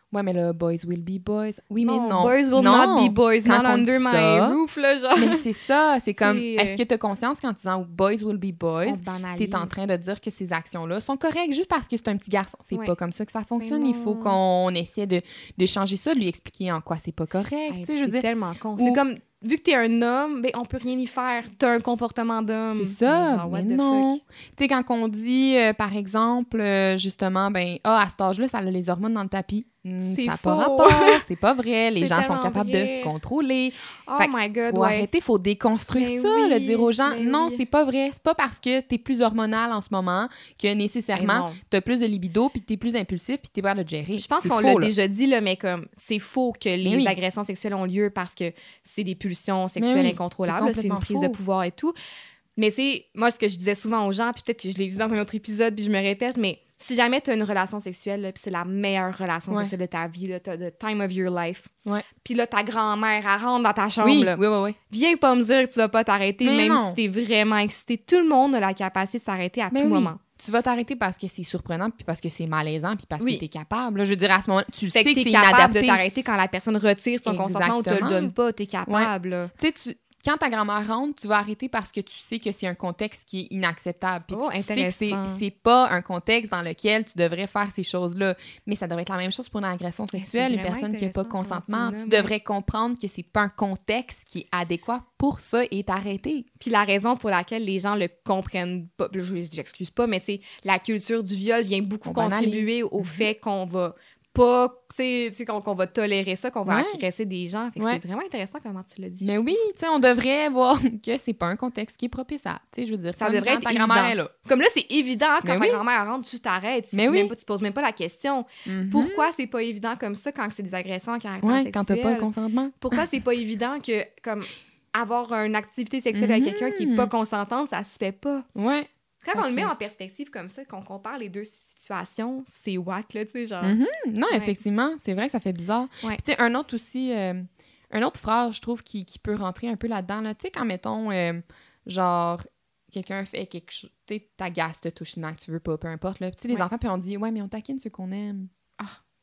Ouais, mais là, boys will be boys. Oui, mais non. Boys will non. not be boys, Quand not on dit under my ça, roof, là, genre. Mais c'est ça, c'est comme, C'est- est-ce que tu as conscience qu'en disant boys will be boys, On banalise. tu es en train de dire que ces actions-là sont correctes juste parce que c'est un petit garçon. C'est Ouais. pas comme ça que ça fonctionne. Mais Il faut non. qu'on essaie de, de changer ça, de lui expliquer en quoi c'est pas correct. Hey, tu sais, je veux c'est dire, tellement con. ou- C'est comme, vu que t'es un homme, ben, on peut rien y faire. T'as un comportement d'homme. c'est ça, Genre, what mais the non. fuck? Tu sais, quand on dit, euh, par exemple, euh, justement, ben, ah, à cet âge-là, ça a les hormones dans le tapis. Hmm, C'est ça n'a faux. pas rapport, c'est pas vrai. Les C'est gens sont tellement capables vrai. de se contrôler. Oh Fait my God, faut ouais. arrêter, faut déconstruire Mais ça, oui, le dire aux gens. mais Non, oui. c'est pas vrai. C'est pas parce que t'es plus hormonal en ce moment que Eh nécessairement non. t'as plus de libido, puis que t'es plus impulsif, puis t'es pas de gérer. Je pense C'est qu'on faux, l'a là. déjà dit, là, mais comme c'est faux que les oui. agressions sexuelles ont lieu parce que c'est des pulsions sexuelles Mais oui, incontrôlables. c'est là, C'est une complètement prise de faux. pouvoir et tout. Mais c'est, moi, ce que je disais souvent aux gens, puis peut-être que je l'ai dit dans un autre épisode, puis je me répète, mais si jamais tu as une relation sexuelle, là, puis c'est la meilleure relation Ouais. sexuelle de ta vie, tu as the time of your life, Ouais. puis là, ta grand-mère, elle rentre dans ta chambre, Oui, là. oui, oui, oui. Viens pas me dire que tu vas pas t'arrêter, Mais même non. si t'es vraiment excité. Tout le monde a la capacité de s'arrêter à Mais tout oui. moment. Tu vas t'arrêter parce que c'est surprenant, puis parce que c'est malaisant, puis parce Oui. que t'es capable. Là, je veux dire, à ce moment tu Fait sais que que t'es c'est capable inadapté. de t'arrêter quand la personne retire son consentement ou te le Exactement. donne pas, t'es capable, là. Tu sais, tu- quand ta grand-mère rentre, tu vas arrêter parce que tu sais que c'est un contexte qui est inacceptable. Puis Oh, tu sais que c'est, intéressant. c'est pas un contexte dans lequel tu devrais faire ces choses-là. Mais ça devrait être la même chose pour une agression sexuelle, c'est une vraiment personne qui n'a pas de intéressant comment consentement. tu Tu le nommes, devrais comprendre que c'est pas un contexte qui est adéquat pour ça et t'arrêter. Puis la raison pour laquelle les gens le comprennent pas, je j'excuse pas, mais c'est la culture du viol vient beaucoup On banalise. contribuer au Mhm. fait qu'on va pas, tu sais, tu sais, qu'on qu'on va tolérer ça, qu'on va Ouais. agresser des gens. Fait que Ouais. c'est vraiment intéressant comment tu l'as dit. Mais oui, tu sais, on devrait voir que c'est pas un contexte qui est propice à. Tu sais, je veux dire, Ça comme devrait quand être ta grand-mère évident. est là. Comme là, c'est évident, quand Mais ta oui. grand-mère rentre, tu t'arrêtes. Si Mais tu, oui. même pas, tu poses même pas la question. Mhm. Pourquoi c'est pas évident comme ça quand c'est des agressions à caractère Ouais, sexuel? quand t'as pas le consentement. Pourquoi c'est pas évident que, comme, avoir une activité sexuelle avec Mhm. quelqu'un qui est pas consentante, ça se fait pas? Ouais. Quand on le Ok. met en perspective comme ça, qu'on compare les deux situations, c'est whack, là, tu sais, genre... Mhm. Non, Ouais. effectivement, c'est vrai que ça fait bizarre. Ouais. Puis, tu sais, un autre aussi, euh, un autre phrase, je trouve, qui, qui peut rentrer un peu là-dedans. Là. Tu sais, quand, mettons, euh, genre, quelqu'un fait quelque chose, tu sais, t'agaces, te touche une main que tu veux pas, peu importe. Là. Puis, tu sais, les Ouais. enfants, puis on dit, ouais, mais on taquine ceux qu'on aime. Ah!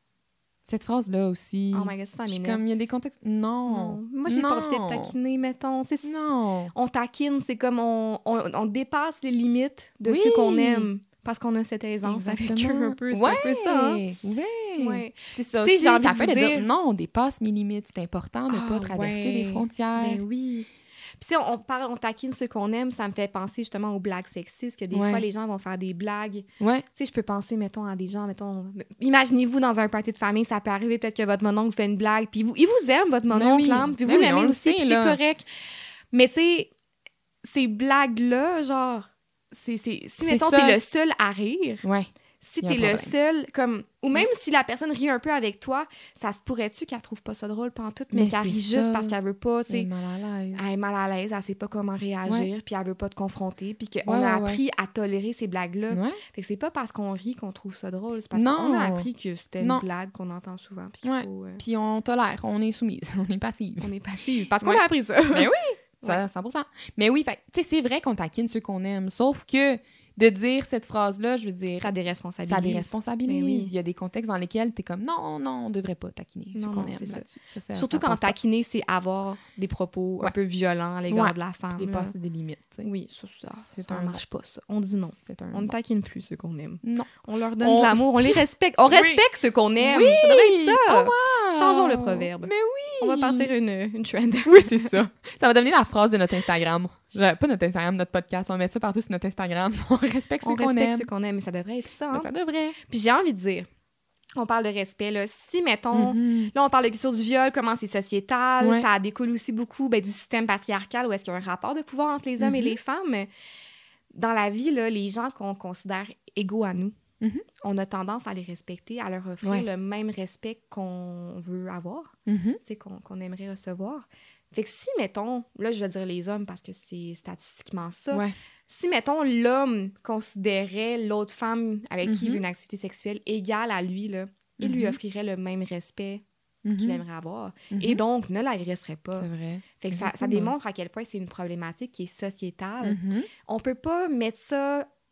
Cette phrase-là aussi. Oh my God, ça je suis m'énerve. comme, il y a des contextes. Non! Non. Moi, j'ai pas envie Non. de taquiner, mettons. C'est Non! On taquine, c'est comme on, on, on dépasse les limites de Oui. ceux qu'on aime parce qu'on a cette aisance avec Exactement. eux un peu. C'est ouais. un peu ça, hein? Ouais! Ouais. C'est ça Tu sais, aussi, j'ai envie ça de peut vous être de dire- dire, non, on dépasse mes limites. C'est important de Ah, pas traverser ouais. des frontières. Ben oui. Puis, tu sais, on, on parle, on taquine ceux qu'on aime, ça me fait penser justement aux blagues sexistes, que des Ouais. fois, les gens vont faire des blagues. Ouais. Tu sais, je peux penser, mettons, à des gens, mettons... Imaginez-vous dans un party de famille, ça peut arriver peut-être que votre mononcle fait une blague, puis vous, il vous aime, votre Ben mononcle, oui. hein, puis Ben vous oui, on l'aimez le aussi, sait, puis c'est là. correct. Mais tu sais, ces blagues-là, genre... C'est, c'est, si, C'est mettons, ça. t'es le seul à rire, Ouais. si Il y a t'es un le problème. seul, comme... Ou même si la personne rit un peu avec toi, ça se pourrait-tu qu'elle trouve pas ça drôle pantoute, mais, Mais qu'elle c'est rit ça. juste parce qu'elle veut pas, tu Elle est sais... mal à l'aise. Elle est mal à l'aise, elle sait pas comment réagir, puis elle veut pas te confronter, puis qu'on Ouais, a ouais, appris à tolérer ces blagues-là. Ouais. Fait que c'est pas parce qu'on rit qu'on trouve ça drôle, c'est parce Non. qu'on a appris que c'était une Non. blague qu'on entend souvent, puis qu'il Ouais. faut... euh, Puis on tolère, on est soumise, on est passive. on est passif, parce qu'on Ouais. a appris ça. Ben oui, ça, cent pour cent. Mais oui, fait, tu sais, c'est vrai qu'on taquine ceux qu'on aime, sauf que de dire cette phrase-là, je veux dire, Ça déresponsabilise. ça déresponsabilise. Ben oui. Il y a des contextes dans lesquels t'es comme, non, non, on devrait pas taquiner ceux Non, qu'on non, aime c'est ça. là-dessus. Ça, ça, Surtout ça quand passe pas. taquiner, c'est avoir des propos un Ouais. peu violents à l'égard Ouais. de la femme. Puis là. dépasser des limites, tu sais. Oui, ça, ça, C'est ça un marche pas, ça. On dit non. C'est un On ne bon. taquine plus ceux qu'on aime. Non. On leur donne On- de l'amour, on les respecte. On Oui. respecte ceux qu'on aime. Oui. Ça devrait être ça. Oh, wow. Changeons le proverbe. Mais oui. On va partir une, une trend. Oui, c'est ça. Ça va devenir la phrase de notre Instagram. Je- pas notre Instagram, notre podcast. On met ça partout sur notre Instagram. On respecte ceux On qu'on respecte aime. ceux qu'on aime, mais ça devrait être ça. hein. Ben, ça devrait. Puis j'ai envie de dire, on parle de respect, là. Si, mettons, Mhm. là, on parle de culture du viol, comment c'est sociétal, Ouais. ça découle aussi beaucoup ben, du système patriarcal où est-ce qu'il y a un rapport de pouvoir entre les hommes et Mhm. les femmes. Dans la vie, là, les gens qu'on considère égaux à nous, Mhm. on a tendance à les respecter, à leur offrir Ouais. le même respect qu'on veut avoir, Mhm. tu sais, qu'on qu'on aimerait recevoir. Fait que si, mettons, là, je vais dire les hommes parce que c'est statistiquement ça, Ouais. si, mettons, l'homme considérait l'autre femme avec qui il Mhm. veut une activité sexuelle égale à lui, là, il lui Mhm. offrirait le même respect Mhm. qu'il aimerait avoir Mhm. et donc ne l'agresserait pas. C'est vrai. Fait que ça, ça Effectivement. démontre à quel point c'est une problématique qui est sociétale. Mhm. On peut pas mettre ça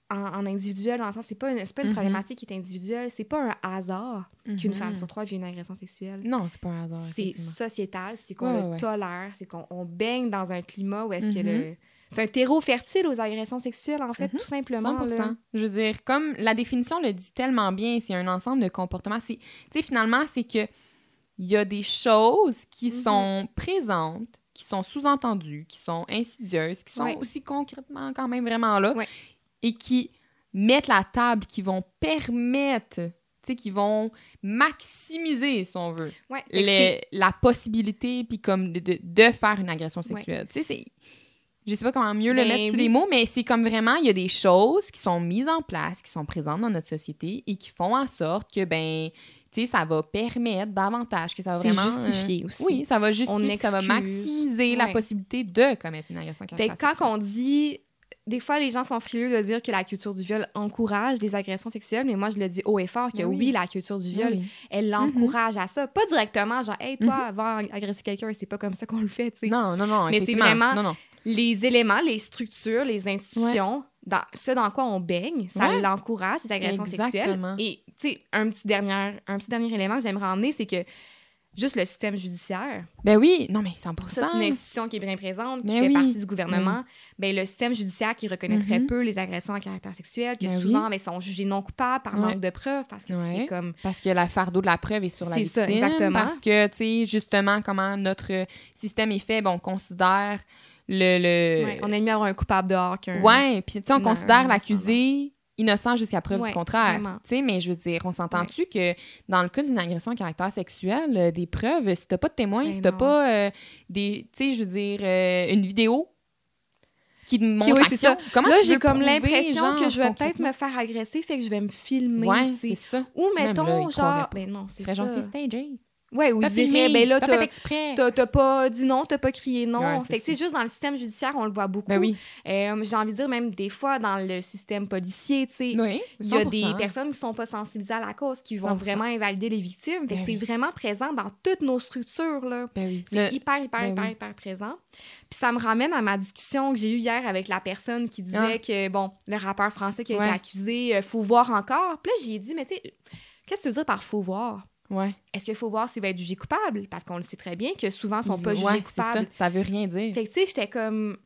en, en individuel, dans le sens, c'est pas une, c'est pas une mm-hmm. problématique qui est individuelle, c'est pas un hasard mm-hmm. qu'une femme sur trois vit une agression sexuelle. Non, c'est pas un hasard. C'est sociétal, c'est qu'on ouais, le ouais. tolère, c'est qu'on on baigne dans un climat où est-ce mm-hmm. que le... C'est un terreau fertile aux agressions sexuelles, en fait, mm-hmm. tout simplement. cent pour cent. Là. Je veux dire, comme la définition le dit tellement bien, c'est un ensemble de comportements. Tu sais, finalement, c'est que il y a des choses qui mm-hmm. sont présentes, qui sont sous-entendues, qui sont insidieuses, qui sont ouais. aussi concrètement quand même vraiment là, ouais. et qui mettent la table, qui vont permettre, tu sais, qui vont maximiser, si on veut, ouais, les, la possibilité, puis comme de, de, de faire une agression sexuelle. Ouais. Tu sais, c'est... Je sais pas comment mieux ben, le mettre sous oui. les mots, mais c'est comme vraiment, il y a des choses qui sont mises en place, qui sont présentes dans notre société et qui font en sorte que, ben, tu sais, ça va permettre davantage, que ça va c'est vraiment... C'est justifié euh, aussi. Oui, ça va justifier, ça va maximiser ouais. la possibilité de commettre une agression caractère sexuelle. Quand on dit... Des fois, les gens sont frileux de dire que la culture du viol encourage les agressions sexuelles, mais moi, je le dis haut et fort que oui, oui la culture du viol, oui. elle l'encourage mm-hmm. à ça. Pas directement, genre, « Hey, toi, mm-hmm. va agresser quelqu'un, c'est pas comme ça qu'on le fait, tu sais. » Non, non, non, mais c'est vraiment... Non, non. Les éléments, les structures, les institutions, ouais. dans, ce dans quoi on baigne, ça ouais. l'encourage, les agressions Exactement. Sexuelles. Et, tu sais, un petit dernier, un petit dernier élément que j'aimerais emmener, c'est que juste le système judiciaire. Ben oui, non, mais cent pour cent. Ça, c'est une institution qui est bien présente, qui ben fait oui. partie du gouvernement. Mm. Ben, le système judiciaire qui reconnaît mm-hmm. très peu les agressions à caractère sexuel, que ben souvent, oui. ben, sont jugés non coupables par ouais. manque de preuves, parce que ouais. c'est comme... Parce que la fardeau de la preuve est sur la c'est victime. Ça, exactement. Parce que, tu sais, justement, comment notre système est fait, bon, on considère le... le... Ouais, on aime mieux avoir un coupable dehors qu'un... Ouais, puis, tu sais, on non, considère l'accusé... innocent jusqu'à preuve ouais, du contraire. Tu sais, mais je veux dire, on s'entend-tu ouais. que dans le cas d'une agression à caractère sexuel, euh, des preuves, si t'as pas de témoins, ben si t'as non. pas euh, des, tu sais, je veux dire, euh, une vidéo qui te montre l'action, ça. Comment là, tu j'ai veux comme prouver, l'impression genre, que je vais peut-être me faire agresser, fait que je vais me filmer. Ouais, c'est ça. Ou mettons, là, genre, ben non, c'est ça. Genre, c'est stagé. Ouais, ou t'as il dirait, ben là, t'as, t'as, fait exprès. T'as, t'as pas dit non, t'as pas crié non. Ouais, fait que c'est juste dans le système judiciaire, on le voit beaucoup. Ben oui. Euh, j'ai envie de dire, même des fois, dans le système policier, tu sais, oui, il y a des personnes qui sont pas sensibilisées à la cause, qui vont cent pour cent. Vraiment invalider les victimes. Fait que ben c'est oui. vraiment présent dans toutes nos structures, là. Ben oui. C'est le... hyper, hyper, ben hyper, oui. hyper présent. Puis ça me ramène à ma discussion que j'ai eue hier avec la personne qui disait ah. que, bon, le rappeur français qui a ouais. été accusé, euh, faut voir encore. Puis là, j'ai dit, mais tu sais, qu'est-ce que tu veux dire par faut voir? Ouais. Est-ce qu'il faut voir s'il va être jugé coupable? Parce qu'on le sait très bien que souvent, ils ne sont pas jugés ouais, coupables. Ça. ça veut rien dire. Fait que, tu sais, j'étais comme...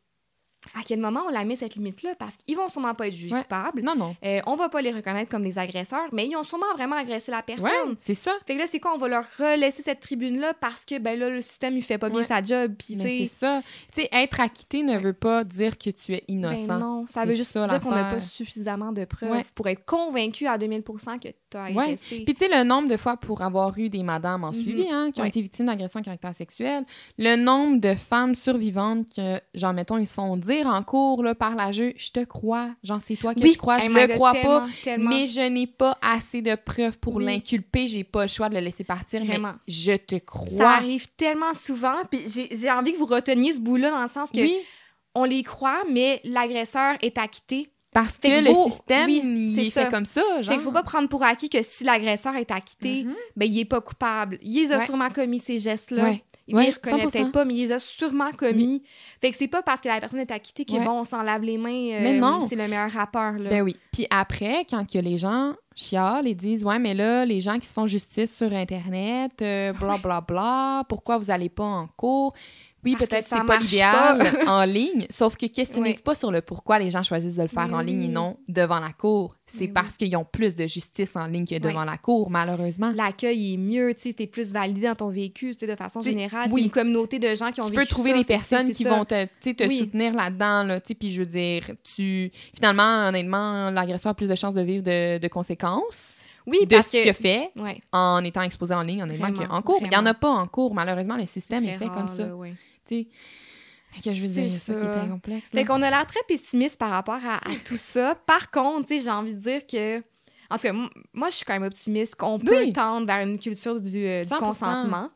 À quel moment on la met, cette limite-là? Parce qu'ils vont sûrement pas être jugés ouais. coupables. Non, non. Euh, on va pas les reconnaître comme des agresseurs, mais ils ont sûrement vraiment agressé la personne. Ouais, c'est ça. Fait que là, c'est quoi? On va leur relaisser cette tribune-là parce que, ben là, le système, il fait pas bien ouais. sa job. Pis, mais c'est ça. Tu sais, être acquitté ne veut pas dire que tu es innocent. Ben non, ça c'est veut juste ça, dire l'affaire. Qu'on n'a pas suffisamment de preuves ouais. pour être convaincu à deux mille pour cent que tu as agressé. Ouais. Puis tu sais, le nombre de fois pour avoir eu des madames en mm-hmm. suivi, hein, qui ouais. ont été victimes d'agressions à caractère sexuel, le nombre de femmes survivantes que, genre, mettons, ils se font dire en cours, là, par la juge, je te crois, genre c'est toi que oui, je crois, je le crois tellement, pas, tellement. mais je n'ai pas assez de preuves pour oui. l'inculper, j'ai pas le choix de le laisser partir, vraiment. Mais je te crois. Ça arrive tellement souvent, puis j'ai, j'ai envie que vous reteniez ce bout-là dans le sens que oui. on les croit, mais l'agresseur est acquitté. Parce que, que le vous, système, oui, il est ça. fait comme ça, genre. Fait qu'il faut pas prendre pour acquis que si l'agresseur est acquitté, mm-hmm. ben il est pas coupable. Il a ouais. sûrement commis ces gestes-là. Ouais. Il ne ouais, les reconnaît peut-être pas, mais il les a sûrement commis. Oui. Fait que c'est pas parce que la personne est acquittée que, ouais. bon, on s'en lave les mains, euh, mais non. C'est le meilleur rappeur, là. Ben oui. Puis après, quand que les gens chialent et disent « Ouais, mais là, les gens qui se font justice sur Internet, euh, bla, bla, bla, pourquoi vous allez pas en cours? » Oui, parce peut-être que c'est pas l'idéal pas. En ligne, sauf que questionnez-vous oui. pas sur le pourquoi les gens choisissent de le faire mais en ligne oui. et non devant la cour. C'est mais parce oui. qu'ils ont plus de justice en ligne que devant oui. la cour, malheureusement. L'accueil est mieux, tu sais, t'es plus validé dans ton vécu, tu sais, de façon t'sais, générale. Oui. C'est une communauté de gens qui ont tu vécu ça. Tu peux trouver ça, des personnes qui ça. vont te, te oui. soutenir là-dedans, là, tu sais, puis je veux dire, tu... Finalement, honnêtement, l'agresseur a plus de chances de vivre de, de conséquences. Oui, de parce ce qu'il a fait ouais. en étant exposé en ligne, honnêtement, qu'en cours. Il n'y en a pas en cours, malheureusement, le système est, est fait rare, comme ça. Là, ouais. Tu sais... Que je veux dire, c'est ça qui est complexe. Fait qu'on a l'air très pessimiste par rapport à, à tout ça. Par contre, tu sais, j'ai envie de dire que... En tout cas, m- moi, je suis quand même optimiste qu'on peut oui. tendre vers une culture du, euh, du consentement.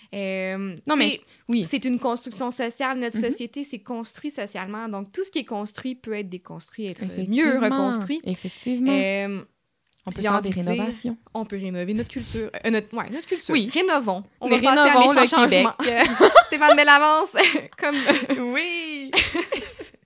Euh, non, mais... Je... Oui. C'est une construction sociale. Notre mm-hmm. société, c'est construit socialement. Donc, tout ce qui est construit peut être déconstruit, être mieux reconstruit. Effectivement. Euh, On peut faire des rénovations. Dire, on peut rénover notre culture. Euh, notre, ouais, notre culture. Oui. Rénovons. On Les va passer à rénovons méchant le changement. Stéphane Bellavance, comme... oui!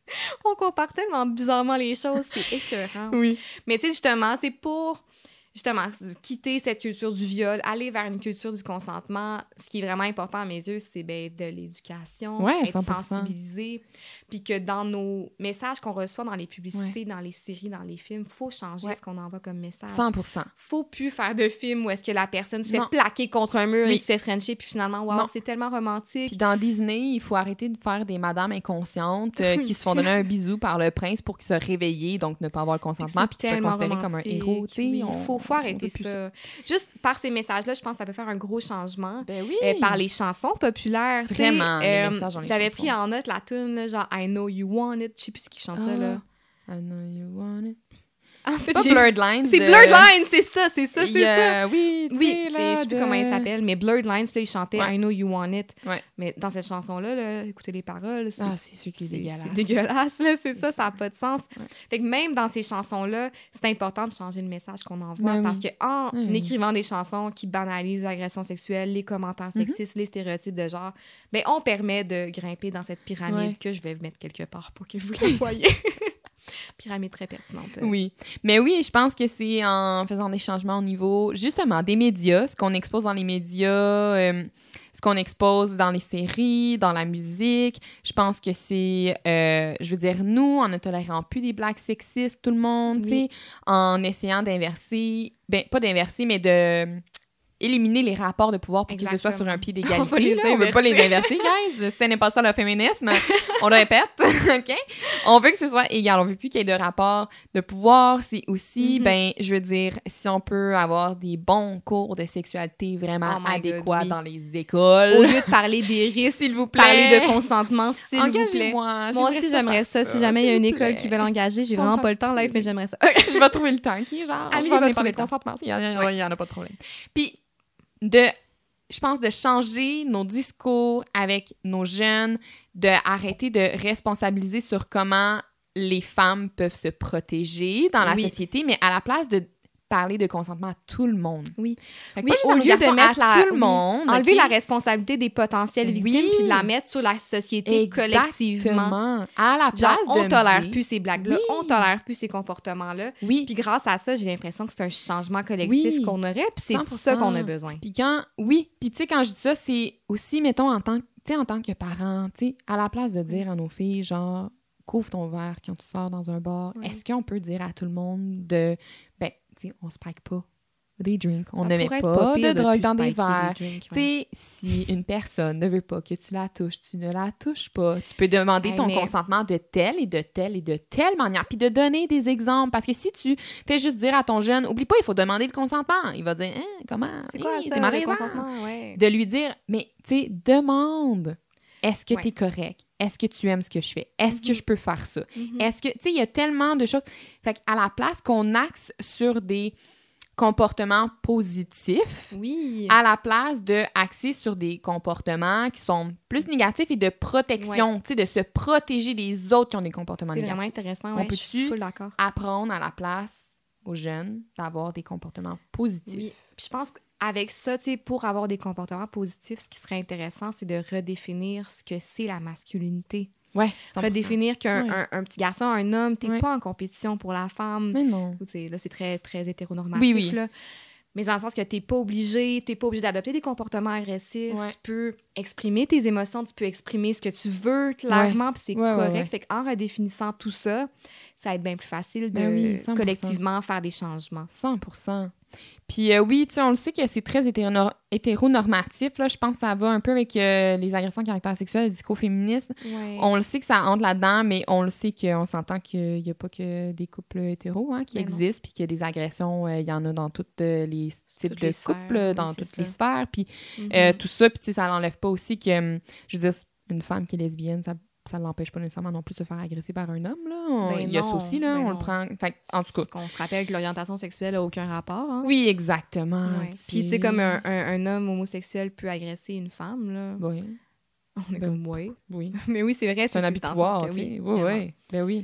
On compare tellement bizarrement les choses, c'est écœurant. Oui. Mais tu sais, justement, c'est pour... justement, quitter cette culture du viol, aller vers une culture du consentement. Ce qui est vraiment important à mes yeux, c'est ben, de l'éducation, ouais, être cent pour cent. sensibilisé, puis que dans nos messages qu'on reçoit dans les publicités, ouais. dans les séries, dans les films, il faut changer ouais. ce qu'on envoie comme message. cent pour cent. Faut plus faire de films où est-ce que la personne se fait non. plaquer contre un mur oui. et se fait frencher, puis finalement, wow, c'est tellement romantique. Puis dans Disney, il faut arrêter de faire des madames inconscientes euh, qui se font donner un bisou par le prince pour qu'ils se réveillent, donc ne pas avoir le consentement, puis qu'ils soient considérés comme un héros. Il on, faut, faut arrêter ça. ça. Juste par ces messages-là, je pense que ça peut faire un gros changement. Ben oui. Euh, par les chansons populaires. Vraiment, les euh, messages dans les J'avais chansons. pris en note la tune, genre I Know You Want It. Je sais plus ce qui chante ah, ça, là. I know you want it. Ah, c'est pas Blurred Lines. C'est de... Blurred Lines, c'est ça, c'est ça, c'est a... ça. Oui, tu oui, sais, là, je sais de... plus comment il s'appelle, mais Blurred Lines, puis il chantait ouais. I Know You Want It. Ouais. Mais dans cette chanson-là, là, écoutez les paroles. C'est... Ah, c'est sûr qu'il est dégueulasse. C'est dégueulasse, là, c'est ça, ça n'a pas de sens. Ouais. Fait que même dans ces chansons-là, c'est important de changer le message qu'on envoie ben parce oui. qu'en oui. écrivant des chansons qui banalisent l'agression sexuelle, les commentaires sexistes, mm-hmm. les stéréotypes de genre, ben on permet de grimper dans cette pyramide ouais. que je vais mettre quelque part pour que vous la voyez. Pyramide très pertinente. Oui. Mais oui, je pense que c'est en faisant des changements au niveau, justement, des médias, ce qu'on expose dans les médias, euh, ce qu'on expose dans les séries, dans la musique. Je pense que c'est, euh, je veux dire, nous, en ne tolérant plus des blagues sexistes, tout le monde, tu sais, oui. en essayant d'inverser, ben, pas d'inverser, mais de... éliminer les rapports de pouvoir pour Exactement. que ce soit sur un pied d'égalité. On, là, on veut pas les inverser, guys. Ce n'est pas ça le féminisme. On le répète, OK? On veut que ce soit égal. On veut plus qu'il y ait de rapports de pouvoir. C'est aussi, mm-hmm. ben, je veux dire, si on peut avoir des bons cours de sexualité vraiment oh adéquats God, oui. dans les écoles. Au lieu de parler des risques, s'il vous plaît. Parler de consentement, s'il vous plaît. Moi, Moi aussi, j'aimerais ça. ça. Si jamais il y a une école qui veut l'engager, j'ai vraiment pas le temps live, mais j'aimerais ça. Je vais trouver le temps, OK? Genre, Amélie je vais trouver le consentement. Il y en a pas de problème. Puis, de, je pense, de changer nos discours avec nos jeunes, d'arrêter de responsabiliser sur comment les femmes peuvent se protéger dans la oui. société, mais à la place de parler de consentement à tout le monde. Oui. Fait que oui, pas au lieu de mettre à la, tout le monde. Oui. Enlever okay? la responsabilité des potentielles victimes oui. puis de la mettre sur la société Exactement. collectivement. À la place Genre, on de tolère dire... plus ces blagues-là, oui. on tolère plus ces comportements-là. Oui. Puis grâce à ça, j'ai l'impression que c'est un changement collectif oui. qu'on aurait, puis c'est cent pour cent. ça qu'on a besoin. Puis quand... Oui, puis tu sais, quand je dis ça, c'est aussi, mettons, en tant, en tant que parent, tu sais, à la place de dire à nos filles, genre, couvre ton verre quand tu sors dans un bar, oui. est-ce qu'on peut dire à tout le monde de... Ben, tu sais, on se pack pas des drinks. On ne met pas, pas de, de drogue dans des verres. Tu sais, ouais. si une personne ne veut pas que tu la touches, tu ne la touches pas. Tu peux demander hey, ton mais... consentement de telle et de telle et de telle manière, puis de donner des exemples. Parce que si tu fais juste dire à ton jeune, oublie pas, il faut demander le consentement. Il va dire, hein, comment? C'est quoi hey, ça, c'est malaisant. Le consentement? Ouais. De lui dire, mais tu sais, demande. Est-ce que ouais. tu es correct? Est-ce que tu aimes ce que je fais? Est-ce mm-hmm. que je peux faire ça? Mm-hmm. Est-ce que, tu sais, il y a tellement de choses. Fait qu'à la place qu'on axe sur des comportements positifs, oui. à la place de axer sur des comportements qui sont plus négatifs et de protection, ouais. tu sais, de se protéger des autres qui ont des comportements c'est négatifs. C'est vraiment intéressant, On ouais, peut-tu apprendre à la place aux jeunes d'avoir des comportements positifs? Oui. Puis je pense qu'avec ça, tu sais, pour avoir des comportements positifs, ce qui serait intéressant, c'est de redéfinir ce que c'est la masculinité. Ouais, redéfinir qu'un ouais. un, un petit garçon, un homme, t'es ouais. pas en compétition pour la femme. Mais non. Là, c'est très, très hétéronormatif. Oui, oui. Là. Mais dans le sens que t'es pas obligé, t'es pas obligé d'adopter des comportements agressifs. Ouais. Tu peux exprimer tes émotions, tu peux exprimer ce que tu veux clairement, ouais. puis c'est ouais, correct. Ouais, ouais. Fait qu'en redéfinissant tout ça, ça va être bien plus facile de ben oui, collectivement faire des changements. cent pour cent. Puis euh, oui, tu sais, on le sait que c'est très hétéronor- hétéronormatif. Là. Je pense que ça va un peu avec euh, les agressions à caractère sexuel, le discours féministe. Ouais. On le sait que ça entre là-dedans, mais on le sait qu'on s'entend qu'il n'y a pas que des couples hétéros hein, qui mais existent, puis qu'il y a des agressions, il euh, y en a dans tous euh, les types toutes de les couples, sphères, dans oui, toutes ça. les sphères. Puis mm-hmm. euh, tout ça, puis tu sais, ça n'enlève pas aussi que, je veux dire, une femme qui est lesbienne, ça ça ne l'empêche pas nécessairement non plus de se faire agresser par un homme. Là. On, ben il y a non, ça aussi, là, ben on non. le prend. Fait, en tout cas. Qu'on se rappelle que l'orientation sexuelle n'a aucun rapport. Hein? Oui, exactement. Ouais. Puis, tu sais, comme un, un, un homme homosexuel peut agresser une femme, là. Oui. On est ben, comme, oui. Oui. Mais oui, c'est vrai. C'est un abus de pouvoir, tu sais. Oui, oui. Ben oui.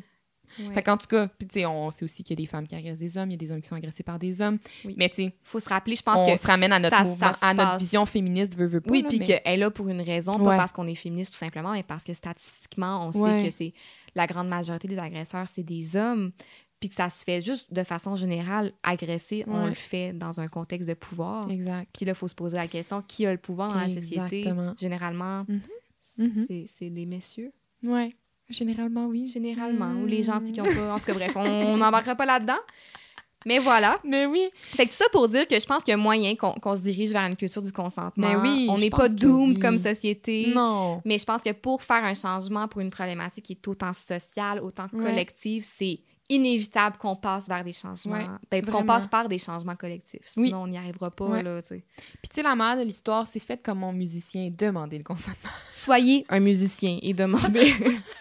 Ouais. Fait qu'en tout cas, puis tu sais, on sait aussi qu'il y a des femmes qui agressent des hommes, il y a des hommes qui sont agressés par des hommes. Oui. Mais tu sais, faut se rappeler, je pense on que on se ramène à notre ça, mouvement, ça à notre passe. vision féministe, veut, veut pas. Oui, là, puis mais... qu'elle est là pour une raison, pas ouais. parce qu'on est féministe tout simplement, mais parce que statistiquement, on ouais. sait que c'est la grande majorité des agresseurs, c'est des hommes, puis que ça se fait juste de façon générale, agresser, ouais. on le fait dans un contexte de pouvoir. Exact. Puis là, il faut se poser la question, qui a le pouvoir dans Exactement. la société? Généralement, mm-hmm. c'est, Mm-hmm. c'est les messieurs. Oui, généralement, oui. Généralement, mm-hmm. ou les gentils qui ont pas... En tout cas, bref, on n'embarquera pas là-dedans. Mais voilà. Mais oui. Fait que tout ça pour dire que je pense qu'il y a moyen qu'on, qu'on se dirige vers une culture du consentement. Mais oui, on n'est pas doomed oui. comme société. Non. Mais je pense que pour faire un changement pour une problématique qui est autant sociale, autant ouais. collective, c'est inévitable qu'on passe vers des changements. Ouais, ben, qu'on passe par des changements collectifs. Sinon, oui. on n'y arrivera pas. Ouais. Là, t'sais. Puis tu sais, la mère de l'histoire, c'est faite comme mon musicien, demandez le consentement. Soyez un musicien et demandez...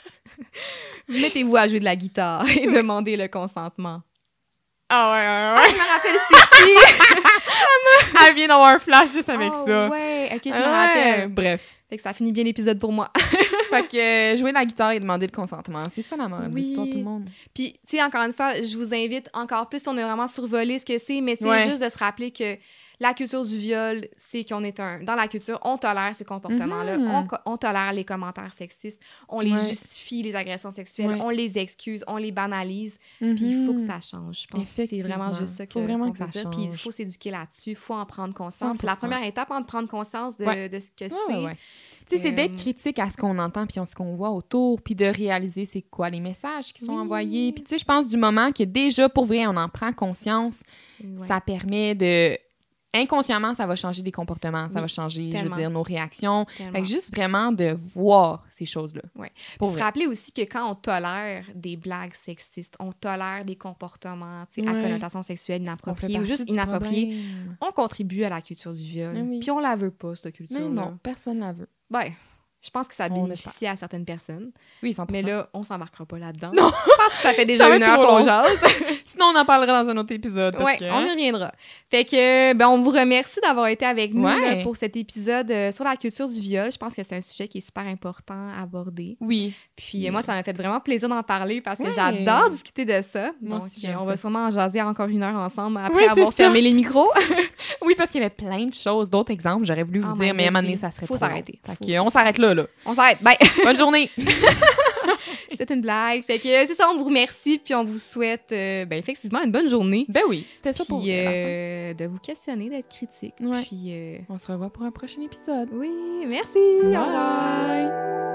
Mettez-vous à jouer de la guitare et demandez le consentement. Ah ouais, ouais, ouais. Ah, je me rappelle c'est qui! Elle vient d'avoir un flash juste avec oh, ça. Ouais, ok, je me ouais. rappelle. Bref. Fait que ça finit bien l'épisode pour moi. Fait que euh, jouer de la guitare et demander le consentement, c'est ça la mort de oui. l'histoire, tout le monde. Puis, tu sais, encore une fois, je vous invite encore plus, on a vraiment survolé ce que c'est, mais tu sais, ouais. juste de se rappeler que la culture du viol, c'est qu'on est un... Dans la culture, on tolère ces comportements-là, mm-hmm. on, on tolère les commentaires sexistes, on les ouais. justifie, les agressions sexuelles, ouais. on les excuse, on les banalise, mm-hmm. puis il faut que ça change. Je pense que c'est vraiment juste ça que, faut vraiment qu'on que ça dire. change. Puis il faut s'éduquer là-dessus, il faut en prendre conscience. C'est la cent pour cent. première étape, en prendre conscience de, ouais. de ce que ouais, c'est. Ouais, ouais. Tu sais, c'est d'être critique à ce qu'on entend puis à ce qu'on voit autour, puis de réaliser c'est quoi les messages qui sont oui. envoyés. Puis tu sais, je pense du moment que déjà, pour vrai, on en prend conscience, ouais. ça permet de... Inconsciemment, ça va changer des comportements, ça oui, va changer, tellement. je veux dire, nos réactions. Tellement. Fait que juste vraiment de voir ces choses-là. Oui. Puis se rappeler aussi que quand on tolère des blagues sexistes, on tolère des comportements ouais. à connotation sexuelle inappropriée ou juste inappropriés, on contribue à la culture du viol. Oui. Puis on la veut pas, cette culture-là. Mais non, personne la veut. Ben, je pense que ça bénéficie à certaines personnes. Oui, cent pour cent. Mais là, on s'embarquera pas là-dedans. Non! Je pense que ça fait déjà ça une heure qu'on jase. Sinon, on en parlera dans un autre épisode. Oui, que... on y reviendra. Fait que, ben, on vous remercie d'avoir été avec nous ouais. là, pour cet épisode euh, sur la culture du viol. Je pense que c'est un sujet qui est super important à aborder. Oui. Puis oui. moi, ça m'a fait vraiment plaisir d'en parler parce que ouais. j'adore discuter de ça. Moi Donc, aussi, on ça. va sûrement en jaser encore une heure ensemble après oui, avoir fermé les micros. Oui, parce qu'il y avait plein de choses, d'autres exemples, j'aurais voulu vous oh dire, mais à un moment donné, ça serait Faut trop s'arrêter. Fait Faut... que, on s'arrête là, là. On s'arrête. Bye. Bonne journée. C'est une blague. Fait que c'est ça, on vous remercie puis on vous souhaite euh, ben, effectivement une bonne journée. Ben oui, c'était ça puis, pour euh, de vous questionner, d'être critique. Ouais. Puis euh... on se revoit pour un prochain épisode. Oui, merci. Bye. Bye.